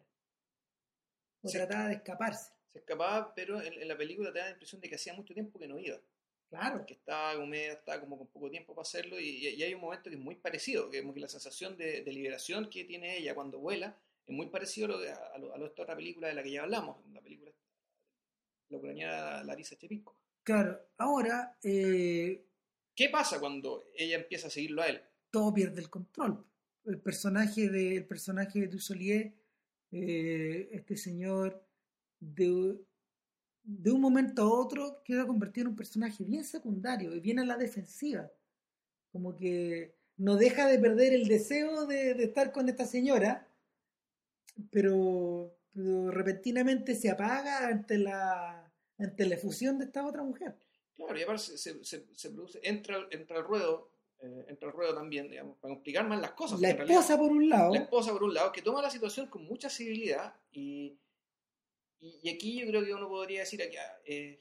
o Se, trataba de escaparse. se escapaba, pero en, en la película te da la impresión de que hacía mucho tiempo que no iba. Claro, Que estaba como, media- estaba como con poco tiempo para hacerlo y, y hay un momento que es muy parecido, que como que la sensación de, de liberación que tiene ella cuando vuela es muy parecido a, lo, a, a, lo, a lo- esta otra película de la que ya hablamos, la película la ucraniana Larisa Chepinko. claro. Ahora eh, ¿Qué pasa cuando ella empieza a seguirlo a él? todo pierde el control. El personaje de, el personaje de Dussolier, eh, este señor, de, de un momento a otro queda convertido en un personaje bien secundario y bien a la defensiva. Como que no deja de perder el deseo de, de estar con esta señora, pero, pero repentinamente se apaga ante la, ante la efusión de esta otra mujer. Claro, y aparte se, se, se, se produce, entra, entra al ruedo, eh, entra al ruedo también, digamos, para complicar más las cosas. La En realidad, esposa por un la lado, esposa, por un lado, que toma la situación con mucha civilidad y, y, y aquí yo creo que uno podría decir, aquí, eh,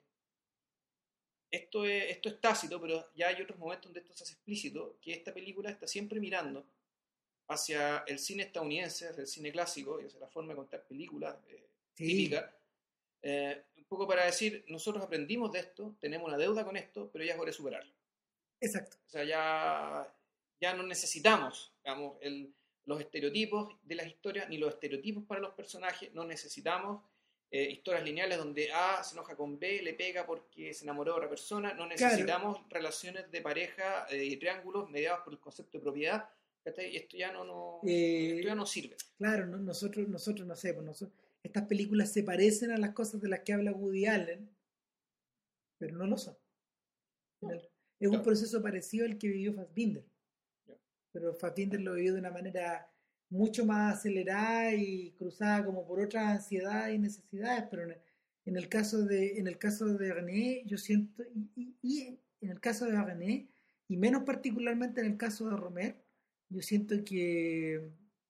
esto, es, esto es tácito, pero ya hay otros momentos donde esto se hace explícito, que esta película está siempre mirando hacia el cine estadounidense, hacia el cine clásico y hacia la forma de contar películas eh, sí, típica. Eh, un poco para decir, nosotros aprendimos de esto, tenemos una deuda con esto, pero ya es hora de superarlo. exacto. O sea, ya, ya no necesitamos, digamos, el, los estereotipos de las historias, ni los estereotipos para los personajes, no necesitamos eh, historias lineales donde A se enoja con B, le pega porque se enamoró de otra persona, no Claro, necesitamos relaciones de pareja eh, y triángulos mediados por el concepto de propiedad, ¿cachai? Esto ya no, no, esto ya eh, no sirve. claro, no- nosotros, nosotros, no sé, pues nosotros, estas películas se parecen a las cosas de las que habla Woody Allen, pero no lo son. En No, el- es un claro, proceso parecido al que vivió Fassbinder, ya, pero Fassbinder lo vivió de una manera mucho más acelerada y cruzada como por otras ansiedades y necesidades, pero en el, en el caso de en el caso de René, yo siento y, y- y en el caso de René y menos particularmente en el caso de Romer, yo siento que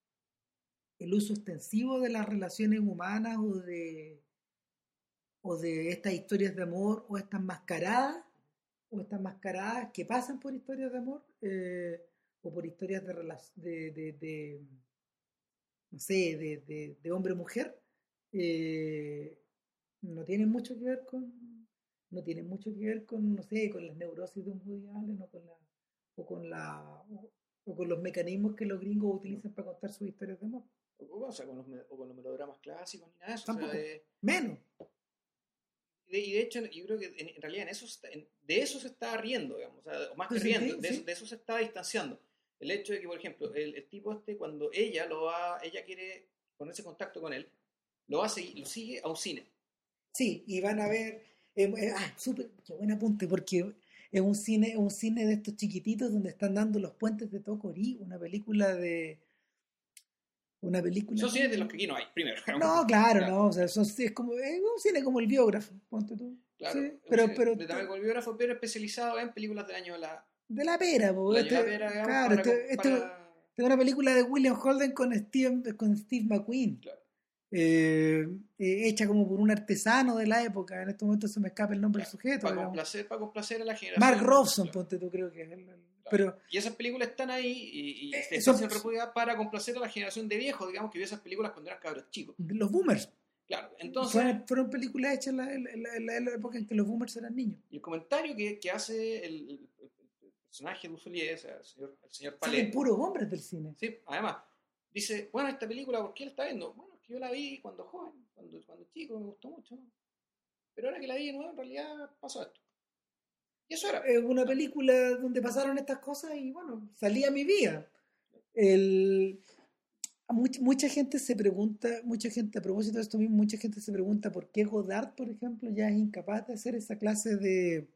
el uso extensivo de las relaciones humanas o de o de estas historias de amor o estas mascaradas o estas mascaradas que pasan por historias de amor eh, o por historias de, de, de, de no sé, de, de, de hombre-mujer, eh, no tienen mucho que ver con, no tienen mucho que ver con, no sé, con las neurosis de un Woody Allen o con la, o con la, o, o con los mecanismos que los gringos no. utilizan para contar sus historias de amor. O, o sea, con los, o con los melodramas clásicos ni nada de eso. O sea, Tampoco, eh, menos. y, de, y de hecho, yo creo que en, en realidad en eso está, en, de eso se está riendo, digamos, o, sea, o más que ¿Tú riendo, sentí? de eso, Sí. de eso se está distanciando. El hecho de que, por ejemplo, el, el tipo este, cuando ella lo va, ella quiere ponerse en contacto con él, lo va a seguir, lo sigue a un cine. Sí, y van a ver, eh, eh, ah, súper, qué buen apunte, porque es un cine, es un cine de estos chiquititos donde están dando Los Puentes de Tocorí, una película de, una película Son cines de los como, que aquí no hay, primero. no, claro, Claro, no, o sea, son- es como, es un cine como El Biógrafo, ponte tú, claro, sí, es un pero, cine pero de también t- con biógrafo, pero especializado en películas del año de la, de la pera, po, del año de la este, pera, digamos, claro, para, este, este, para, esta es una película de William Holden con Steve, con Steve McQueen, claro, eh, eh, hecha como por un artesano de la época, en este momento se me escapa el nombre del claro, sujeto, para digamos. complacer, para complacer a la Mark generación, Robson, claro. ponte tú, creo que es el, el- Claro. pero Y esas películas están ahí y, y eh, están son, siendo repudiadas para complacer a la generación de viejos, digamos, que vio esas películas cuando eran cabros chicos. los boomers. Claro, entonces, Fueron, fueron películas hechas en la, en la- en la- en la época en que los boomers eran niños. y el comentario que, que hace el, el- el- el personaje de Usolier, o sea, el señor, el señor Salen Palais, puros hombres del cine. ¿sí? Además, dice, bueno, esta película, ¿por qué la está viendo? Bueno, es que yo la vi cuando joven, cuando, cuando chico, me gustó mucho, ¿no? Pero ahora que la vi de nuevo, en realidad pasó esto. Y eso era. Es una No, película donde pasaron estas cosas y bueno, salía mi vida. El, a mucha, mucha gente se pregunta, mucha gente, a propósito de esto mismo, mucha gente se pregunta por qué Godard, por ejemplo, ya es incapaz de hacer esa clase de,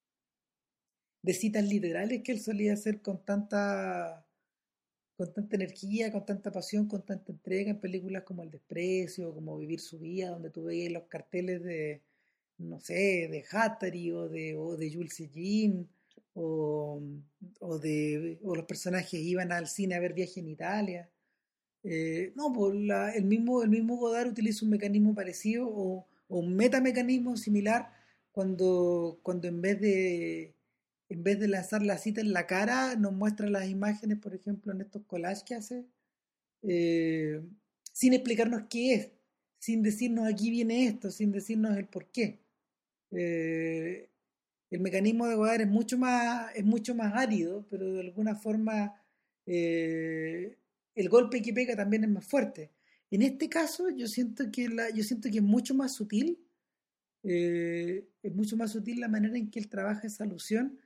de citas literales que él solía hacer con tanta, con tanta energía, con tanta pasión, con tanta entrega en películas como El Desprecio, como Vivir su vida, donde tú veías los carteles de, no sé, de Hattari o de, o de Jules Jim, o, o, de, o los personajes iban al cine a ver Viaje en Italia. Eh, no, pues la- el, mismo, el mismo Godard utiliza un mecanismo parecido o, o un metamecanismo similar cuando, cuando en vez de en vez de lanzar la cita en la cara, nos muestra las imágenes, por ejemplo, en estos collages que hace, eh, sin explicarnos qué es, sin decirnos aquí viene esto, sin decirnos el por qué. Eh, el mecanismo de Godard es mucho más, es mucho más árido, pero de alguna forma eh, el golpe que pega también es más fuerte. En este caso, yo siento que, la, yo siento que es mucho más sutil, eh, es mucho más sutil la manera en que él trabaja esa alusión,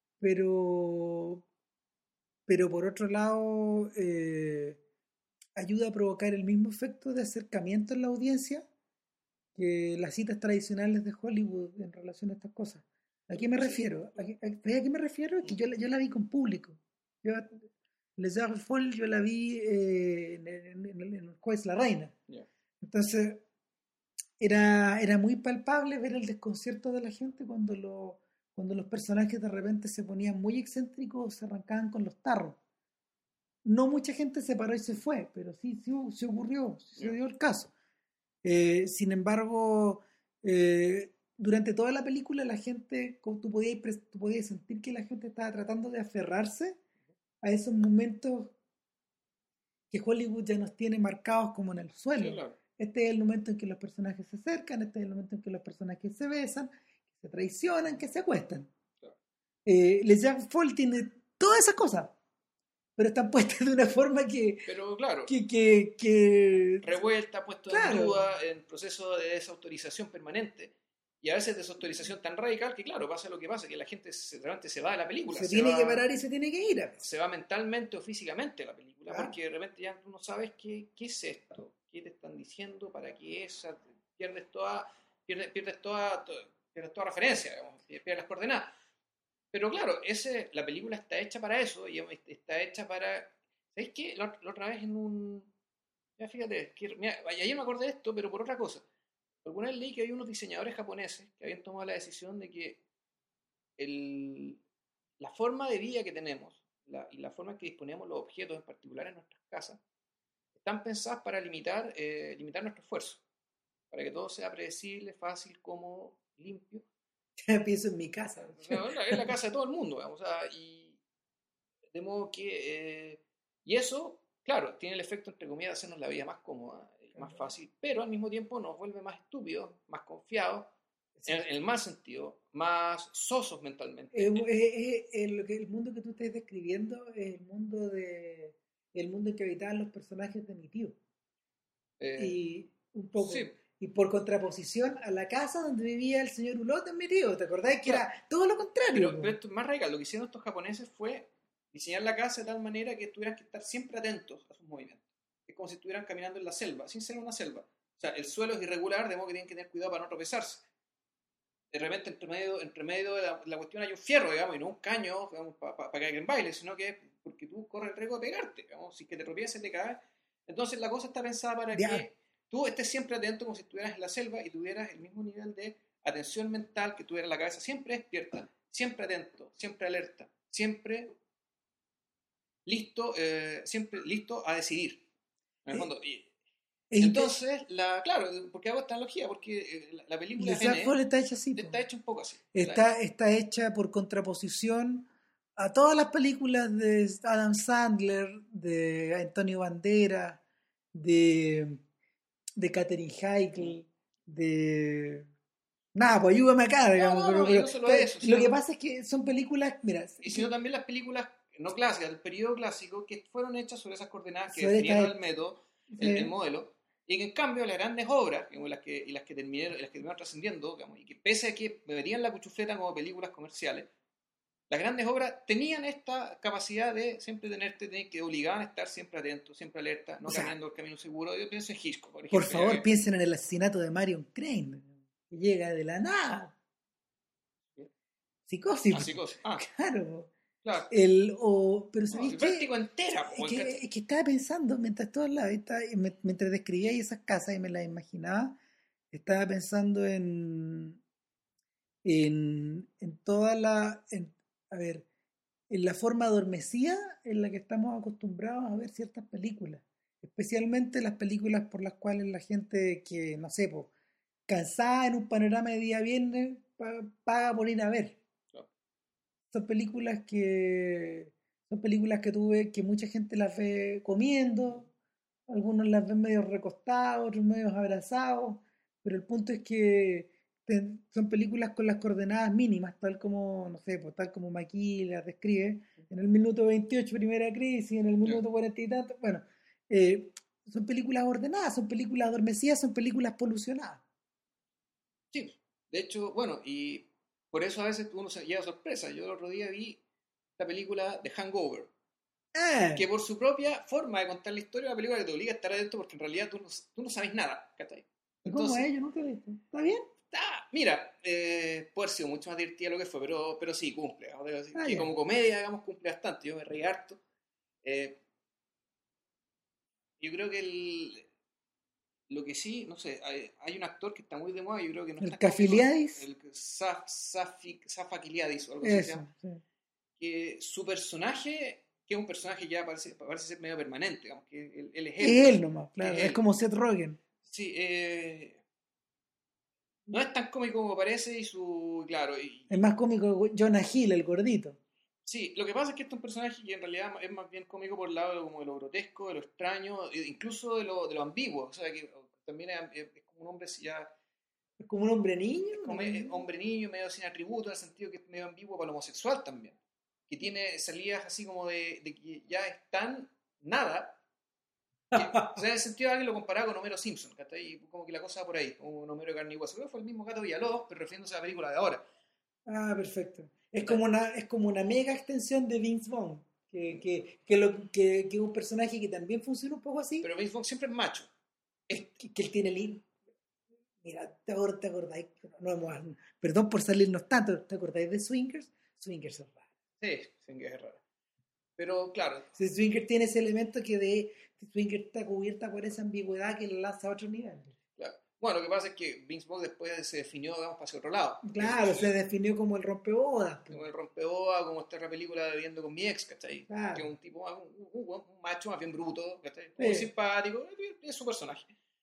pero, pero por otro lado eh, ayuda a provocar el mismo efecto de acercamiento en la audiencia que las citas tradicionales de Hollywood en relación a estas cosas. ¿A qué me sí. refiero? ¿A qué, a, a qué me refiero? Que yo, la- yo la vi con público. Yo, Les Arts Fall yo la vi eh, en, en, en, en el Juez La Reina. Yeah. Entonces era, era muy palpable ver el desconcierto de la gente cuando, lo, cuando los personajes de repente se ponían muy excéntricos o se arrancaban con los tarros. No mucha gente se paró y se fue, pero sí, sí, sí ocurrió, sí se Yeah. dio el caso. Eh, sin embargo, eh, durante toda la película la gente, como tú podías, pres- tú podías sentir que la gente estaba tratando de aferrarse a esos momentos que Hollywood ya nos tiene marcados como en el Sí, suelo. claro. Este es el momento en que los personajes se acercan, este es el momento en que los personajes se besan, que se traicionan, que se acuestan. Claro. Eh, Les Jam Fall tiene todas esas cosas, pero están puestas de una forma que, Pero claro, que, que, que revuelta, puesto en claro, duda, en proceso de desautorización permanente. Y a veces desautorización tan radical que, claro, pasa lo que pasa, que la gente se, realmente se va de la película, se se tiene que va, parar y se tiene que ir a veces. se va mentalmente o físicamente de la película, Claro. porque de repente ya tú no sabes qué, qué es esto, qué te están diciendo, para qué es, pierdes toda, pierdes, pierdes toda, to- pierdes toda referencia, digamos, pierdes las coordenadas. Pero claro, ese, la película está hecha para eso, y está hecha para... ¿Sabéis qué? La, la otra vez en un... Ya fíjate, que, mira, ayer me acordé de esto, pero por otra cosa. Alguna vez leí que había unos diseñadores japoneses que habían tomado la decisión de que el, la forma de vida que tenemos la, y la forma en que disponemos los objetos, en particular en nuestras casas, están pensadas para limitar, eh, limitar nuestro esfuerzo, para que todo sea predecible, fácil, cómodo, limpio. Pienso en mi casa. O sea, es la casa de todo el mundo, digamos, o sea, y de modo que... Eh, y eso, claro, tiene el efecto, entre comillas, de hacernos la vida más cómoda y más fácil, pero al mismo tiempo nos vuelve más estúpidos, más confiados, en, en el mal sentido, más sosos mentalmente. Eh, eh, eh, el, el mundo que tú estás describiendo es el mundo de el mundo en que habitaban los personajes de mi tío. Eh, Y un sí, poco, y por contraposición a la casa donde vivía el señor Ulot en mi tío. ¿Te acordás que claro, era todo lo contrario? pero, pero Po? esto es más radical. Lo que hicieron estos japoneses fue diseñar la casa de tal manera que tuvieran que estar siempre atentos a sus movimientos. Es como si estuvieran caminando en la selva, sin ser una selva. O sea, el suelo es irregular, de modo que tienen que tener cuidado para no tropezarse. De repente, entre medio, entre medio de la, la cuestión hay un fierro, digamos, y no un caño para pa, pa caer en baile, sino que porque tú corres el riesgo de pegarte, digamos, si es que te tropiezas, te caes. Entonces la cosa está pensada para Ya, que tú estés siempre atento como si estuvieras en la selva y tuvieras el mismo nivel de atención mental, que tuvieras la cabeza siempre despierta, siempre atento, siempre alerta, siempre listo, eh, siempre listo a decidir. En el eh, fondo. Y es inter- entonces, la, claro, ¿por qué hago esta analogía? Porque eh, la, la película Les Fall N está hecha así. Po. está hecha un poco así. Está hecha. Está, está hecha por contraposición a todas las películas de Adam Sandler, de Antonio Banderas, de, de Katherine Mm. Heigl, de... Nada, pues ayúdame acá, No, digamos, no, pero, no, y pero no solo pero eso, lo que sino, pasa es que son películas, mira, y sino que también las películas no clásicas, del periodo clásico, que fueron hechas sobre esas coordenadas que sobre esta... definieron el método, el, el eh, modelo, y que en cambio las grandes obras, digamos, las que, y las que terminaron, las que terminaron trascendiendo, digamos, y que pese a que me verían la cuchufleta como películas comerciales, las grandes obras tenían esta capacidad de siempre tenerte, de que obligaban a estar siempre atento, siempre alerta, no o sea, caminando el camino seguro. Yo pienso en Hitchcock, por por ejemplo, ya favor, que... piensen en el asesinato de Marion Crane, que llega de la nada. Psicosis, Ah, psicosis. Ah, claro. claro. El, o, pero No, ¿sabéis el qué? vértigo entera, Es po, que, ¿cachai? es que estaba pensando, mientras todas las, estaba- mientras describía esas casas y me las imaginaba, estaba pensando en, en, en toda la, en- a ver, en la forma adormecida en la que estamos acostumbrados a ver ciertas películas, especialmente las películas por las cuales la gente que, no sé, po, cansada en un panorama de día viernes, pa- paga por ir a ver. Claro. Son películas que son películas que tuve que mucha gente las ve comiendo, algunos las ven medio recostados, otros medio abrazados, pero el punto es que te- son películas con las coordenadas mínimas, tal como, no sé, pues tal como Maquis las describe, en el minuto veintiocho primera crisis, en el Ya. minuto cuarenta y tanto, bueno, eh, son películas ordenadas, son películas adormecidas, son películas polucionadas. Sí, de hecho, bueno, y por eso a veces uno se lleva sorpresa. Yo el otro día vi la película The Hangover, ¡Eh! que por su propia forma de contar la historia, es una película que te obliga a estar atento porque en realidad tú no, tú no sabes nada, ¿cachai? ¿Y cómo es? Entonces, Yo nunca he visto. ¿Está bien? ah, mira, eh, puede haber sido mucho más divertida de lo que fue, pero, pero sí, cumple. Vamos a decir Ah, que ya. como comedia, digamos, cumple bastante. Yo me reí harto. Eh, yo creo que el, Lo que sí, no sé, hay, hay un actor que está muy de moda, yo creo que no es El tan cómico, Cafiliadis, el Saf, Safi- Safakiliadis o algo así se eso, llama, sí. que su personaje, que es un personaje ya parece, parece ser medio permanente, digamos, que él, él es él, Es él nomás, que claro, es es él. como Seth Rogen. Sí, eh, no es tan cómico como parece y su, claro, y, Es más cómico Jonah Hill, el gordito. sí, lo que pasa es que este es un personaje que en realidad es más bien cómico por el lado de, como de lo grotesco, de lo extraño, e incluso de lo, de lo ambiguo, o sea, que también es, es- es como un hombre ya, Es como un hombre niño, es una como cosa es así. hombre niño, medio sin atributo, en el sentido que es medio ambiguo para lo homosexual también, que tiene salidas así como de, de que ya están nada, que, o sea, en el sentido de alguien lo comparaba con Homero Simpson, ¿cachai? Y como que la cosa va por ahí, como un Homero de carne y hueso. Creo que fue el mismo Gato Villalobos, pero refiriéndose a la película de ahora. Ah, perfecto. Es como ¿Cachai? una, es como una mega extensión de Vince Vaughn, que, que, que, lo, que, que es un personaje que también funciona un poco así, Pero Vince Vaughn siempre es macho. Es, que, que él tiene el... Mira, ¿te acor- te acordáis? No, hemos- perdón por salirnos tanto, ¿te acordáis de Swingers? Swingers es raro. sí, sí, que es raro. Pero claro, Si Swinger tiene ese elemento que de Swinger está cubierta por esa ambigüedad que le lanza a otro nivel. claro. Bueno, lo que pasa es que Vince Vaughn después se definió, digamos, para hacia otro lado. Que, Claro, se definió como el rompebodas. como Po. el rompeboa, como esta otra película de Viviendo con mi ex, ¿cachai? Que es Claro. un tipo, ah, un, un- un- un macho más bien bruto, ¿cachai? Muy Sí. simpático, es es su personaje.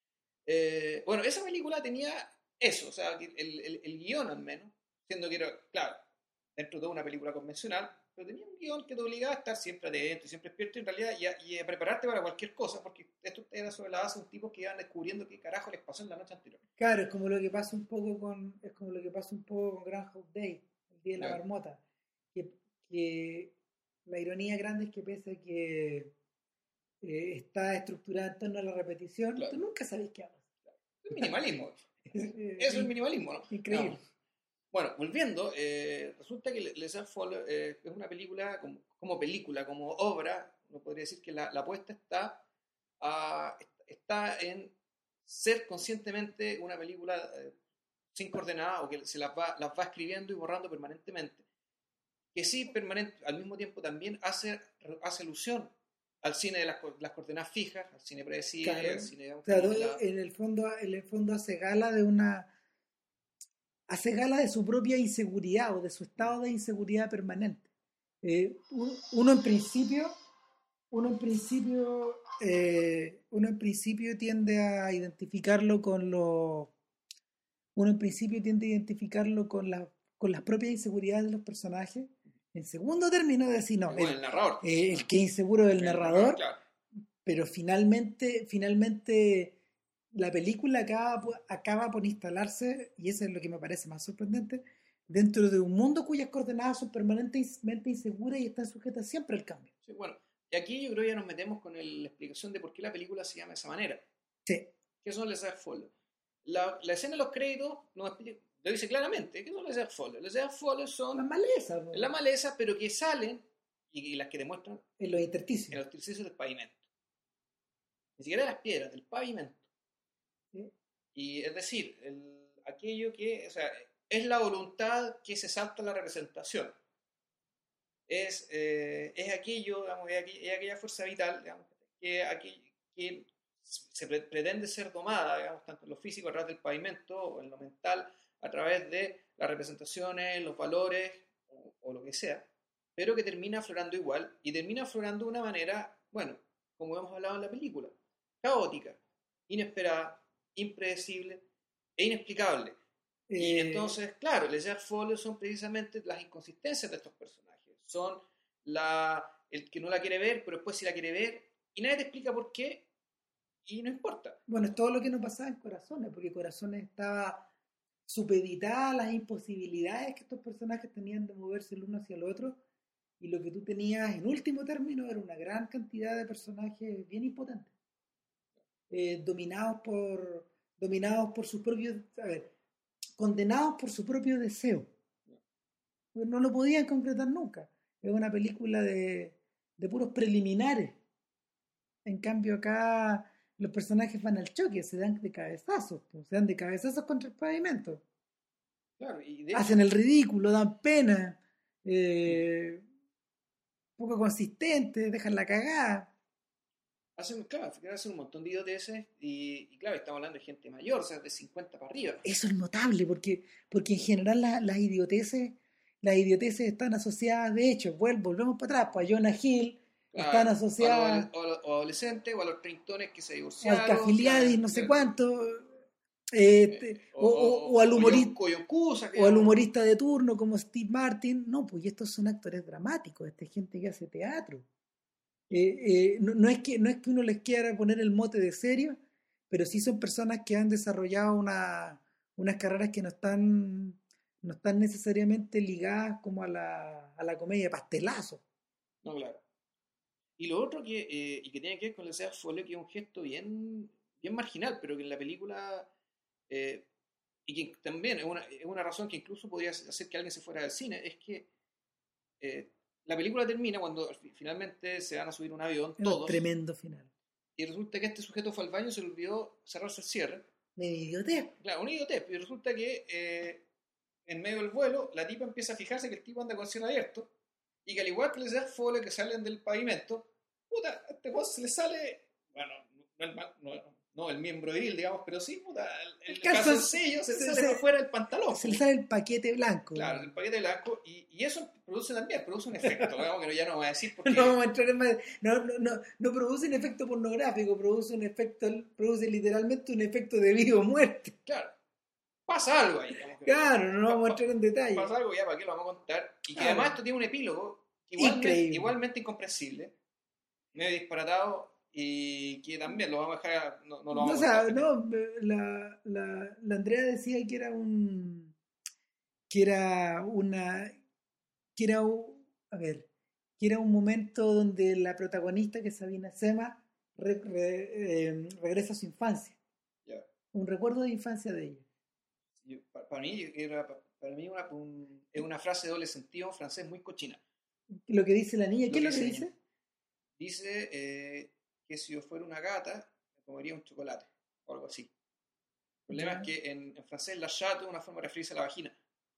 Eh, bueno, esa película tenía eso, o sea, que el, el, el guión al menos, siendo que era, claro, dentro de una película convencional, pero tenía un guión que te obligaba a estar siempre atento y siempre despierto en realidad y a, y a prepararte para cualquier cosa, porque esto era sobre la base de un tipo que iban descubriendo qué carajo les pasó en la noche anterior. Claro, es como lo que pasa un poco con, es como lo que pasa un poco con Groundhog Day, el día de la ¿Ya? marmota, que, que la ironía grande es que pese a que eh, está estructurada en torno a la repetición, tú Claro, nunca sabes qué haces. es minimalismo. Es, eh, Eso es minimalismo, ¿no? increíble. Digamos. Bueno, volviendo, eh, resulta que Les Fall eh, es una película, como, como, película, como obra, uno podría decir que la, la apuesta está, a, está en ser conscientemente una película eh, sin coordenadas o que se las va, las va escribiendo y borrando permanentemente, que sí permanente, al mismo tiempo también hace, hace alusión al cine de las, las coordenadas fijas, al cine predecible, al Claro, cine digamos, claro, la, en el fondo, en el fondo hace gala de una, hace gala de su propia inseguridad o de su estado de inseguridad permanente. Eh, uno en principio, uno en principio, eh, uno en principio tiende a identificarlo con lo, uno en principio tiende a identificarlo con la, con las propias inseguridades de los personajes. En segundo término, decir, no, bueno, el, el narrador, eh, el que es inseguro del el narrador, narrador, claro. pero finalmente, finalmente la película acaba, acaba por instalarse, y eso es lo que me parece más sorprendente, dentro de un mundo cuyas coordenadas son permanentemente inseguras y están sujetas siempre al cambio. Sí, bueno, y aquí yo creo que ya nos metemos con el, la explicación de por qué la película se llama de esa manera. Sí. ¿Qué son les follow? La, la escena de los créditos nos explica, lo dice claramente. ¿Qué son les follow? Les follow son Las malezas, ¿no? la maleza, pero que salen y, y las que demuestran En los en intersticios. los intersticios del pavimento. Ni siquiera de las piedras, del pavimento. ¿Sí? Y es decir, el, aquello que, o sea, es la voluntad que se salta la representación. Es, eh, es aquello, digamos, es aquella, es aquella fuerza vital, digamos, que, aquí, que se pre pretende ser domada, digamos, tanto en lo físico a través del pavimento o en lo mental a través de las representaciones, los valores o, o lo que sea, pero que termina aflorando igual y termina aflorando de una manera, bueno, como hemos hablado en la película, caótica, inesperada, impredecible e inexplicable. Y Eh, entonces, claro, les follow son precisamente las inconsistencias de estos personajes. Son la, el que no la quiere ver, pero después sí la quiere ver, y nadie te explica por qué, y no importa. bueno, es todo lo que nos pasaba en Corazones, porque Corazones estaba supeditada a las imposibilidades que estos personajes tenían de moverse el uno hacia el otro, y lo que tú tenías en último término era una gran cantidad de personajes bien impotentes, eh, dominados por dominados por sus propios, a ver, condenados por su propio deseo. Porque no lo podían concretar nunca. Es una película de, de puros preliminares. En cambio acá los personajes van al choque, se dan de cabezazos, pues, se dan de cabezazos contra el pavimento. Claro, y de hecho, Hacen el ridículo, dan pena, eh, poco consistentes, dejan la cagada. Hacen, claro, hacen un montón de idioteces y, y claro, estamos hablando de gente mayor, o sea, de cincuenta para arriba. Eso es notable, porque, porque en general la- las idioteces, las idioteces están asociadas, de hecho, vuel- volvemos para atrás, pues a Jonah Hill, están Claro, o a los, asociadas adole- o a los- o adolescentes o a los treintones que se al divorciaron, o Cafiliadis, sea, no sé claro, cuánto, eh, te- eh, o, o, o, o- o al o, o Yon- humorista, o Yonkusa, que o al digamos, humorista de turno como Steve Martin. No, pues y estos son actores dramáticos, esta es gente que hace teatro. Eh, eh, no, no es que, no es que uno les quiera poner el mote de serio, pero sí son personas que han desarrollado una, unas carreras que no están, no están necesariamente ligadas como a la, a la comedia de pastelazo. no, claro. Y lo otro que, eh, y que tiene que ver con el Sea Foley, que es un gesto bien, bien marginal, pero que en la película, eh, y que también es una, es una razón que incluso podría hacer que alguien se fuera del cine, es que eh, la película termina cuando fi- finalmente se van a subir un avión Es un todos, tremendo final. y resulta que este sujeto fue al baño y se le olvidó cerrarse el cierre. De idiotez. Claro, un idiotez, y resulta que eh, en medio del vuelo la tipa empieza a fijarse que el tipo anda con el cielo abierto, y que al igual que les da Foley que salen del pavimento, puta, a este weón se le sale, bueno, no el, ma- no, no el miembro viril, digamos, pero sí, puta, el, El el calzon- calzoncillo se, se- sale se- por fuera del pantalón. Se le sale el paquete blanco. Claro, el paquete blanco, y, y eso produce también, produce un efecto, digamos, que ya no voy a decir porque... No vamos a entrar en más. No, no, no, no produce un efecto pornográfico, produce un efecto, produce literalmente un efecto de vida o muerte. Claro, pasa algo ahí, digamos. Que, Claro, no vamos a entrar en detalle. pasa algo ya, ¿para qué lo vamos a contar? Y que Claro. además esto tiene un epílogo igualmente, Increíble. igualmente incomprensible, medio disparatado, y que también lo vamos a dejar, no, no lo No, vamos o sea, a contar. no, la, la, la Andrea decía que era un, que era una, que era un, a ver, que era un momento donde la protagonista, que es Sabina Sema, re- re- eh, regresa a su infancia, Ya. un recuerdo de infancia de ella. Yo- pa- para mí, era, pa- para mí una, un- es una frase de doble sentido en francés muy cochina. Lo que dice la niña, Lo ¿qué es que lo que dice la dice? Dice eh, que si yo fuera una gata, me comería un chocolate, o algo así. El problema Ya. es que en, en francés la chatte es una forma de referirse a la vagina.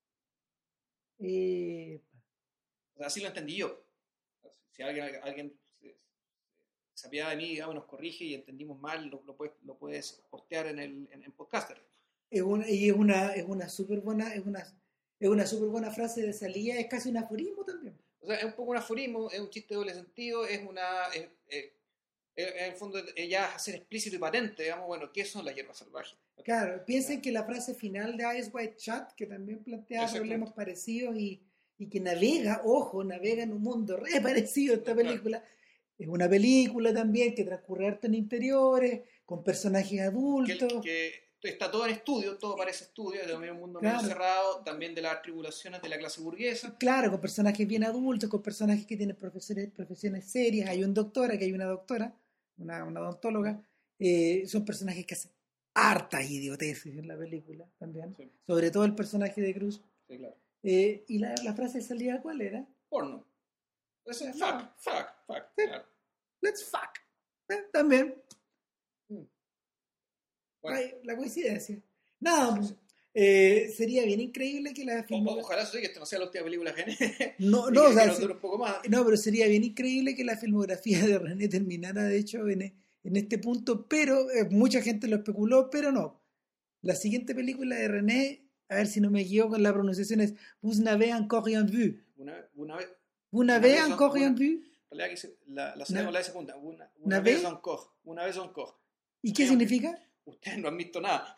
Eh, O sea, así lo entendí yo. Si alguien, alguien se, se apiada de mí, digamos, nos corrige y entendimos mal, lo, lo puedes, lo puedes postear en el en, en Podcaster. es una, y es una, es una súper buena, es una, es una súper buena frase de salida, es casi un aforismo también. O sea, es un poco un aforismo, es un chiste de doble sentido, es una... Es, es- es- en el fondo, ella hacer explícito y patente, digamos, bueno, ¿qué son las hierbas salvajes? Claro, piensen que la frase final de Eyes Wide Shut, que también plantea Exactamente. problemas parecidos y, y que navega, ojo, navega en un mundo re parecido a esta Claro. película. Es una película también que transcurre harto en interiores, con personajes que, adultos. que está todo en estudio, todo parece estudio, es también un mundo Claro. medio cerrado, también de las tribulaciones de la clase burguesa. Claro, con personajes bien adultos, con personajes que tienen profesiones, profesiones serias. Hay un doctor, aquí hay una doctora, una, una odontóloga. Eh, son personajes que hacen hartas idioteces en la película también. Sí. Sobre todo el personaje de Cruz. Sí, claro. Eh, ¿y la, la frase de salida cuál era? Porno. Ese es No. fuck, fuck, fuck. Sí. Claro. Let's fuck. Eh, también. Mm. Bueno, Ay, la coincidencia. No, sí, sí. eh, sería bien increíble que la O- filmografía... ojalá eso sí, que esto no sea la última película que No, y no, que- o sea, que nos sí- dure un poco más. no, pero sería bien increíble que la filmografía de René terminara, de hecho, en, en este punto, pero eh, mucha gente lo especuló, pero no. La siguiente película de René, a ver si no me equivoco en la pronunciación, es Vous n'avez encore rien vu. Una, una vez, Vous Una n'avez vez, encore rien una- vu. en realidad que se- la, la C Na- con la S junta. Una, una ¿Navé? vez encore. Una vez encore. ¿Y qué Digamos que significa? Ustedes no han visto nada.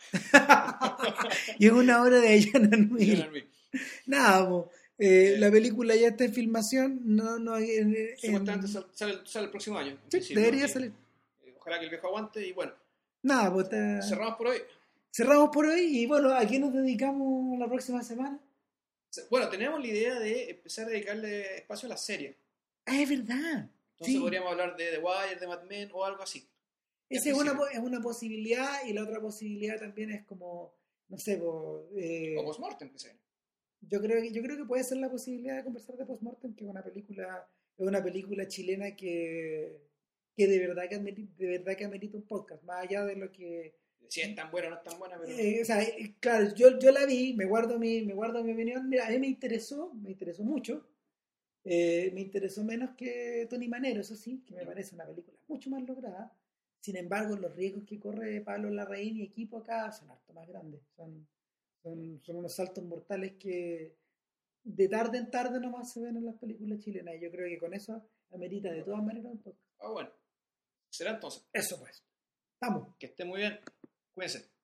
Y es una obra de Ayana Yo no Nui. han visto. Nada, po. Eh, Eh, la película ya está en filmación. No, no, en- en- Supuestamente sale, sale- sale el próximo año. en sí, principio, debería y, salir. eh, Ojalá que el viejo aguante y bueno. Nada, pues está- Cerramos por hoy. cerramos por hoy y bueno, ¿a qué nos dedicamos la próxima semana? Se- Bueno, tenemos la idea de empezar a dedicarle espacio a las series. Ah, es verdad. Entonces Sí. podríamos hablar de The Wire, de Mad Men o algo así. Esa en es una, principio. po- es una posibilidad y la otra posibilidad también es como, no sé, po, eh, O Postmortem, que sea. yo creo que yo creo que puede ser la posibilidad de conversar de Postmortem, que es una película, es una película chilena que, que de verdad que amerita, de verdad que amerita un podcast, más allá de lo que Si es tan buena o no es tan buena, pero... eh, o sea, eh, claro, yo, yo la vi, me guardo mi, me guardo mi opinión. Mira, a mí me interesó, me interesó mucho. Eh, me interesó menos que Tony Manero, eso sí, que me Ya. parece una película mucho más lograda. Sin embargo, los riesgos que corre Pablo Larraín y equipo acá son harto más grandes. Son, son, son unos saltos mortales que de tarde en tarde nomás se ven en las películas chilenas. Y yo creo que con eso amerita de todas maneras un podcast. Ah, bueno, será entonces. Eso pues. Estamos. Que esté muy bien. Cuídense.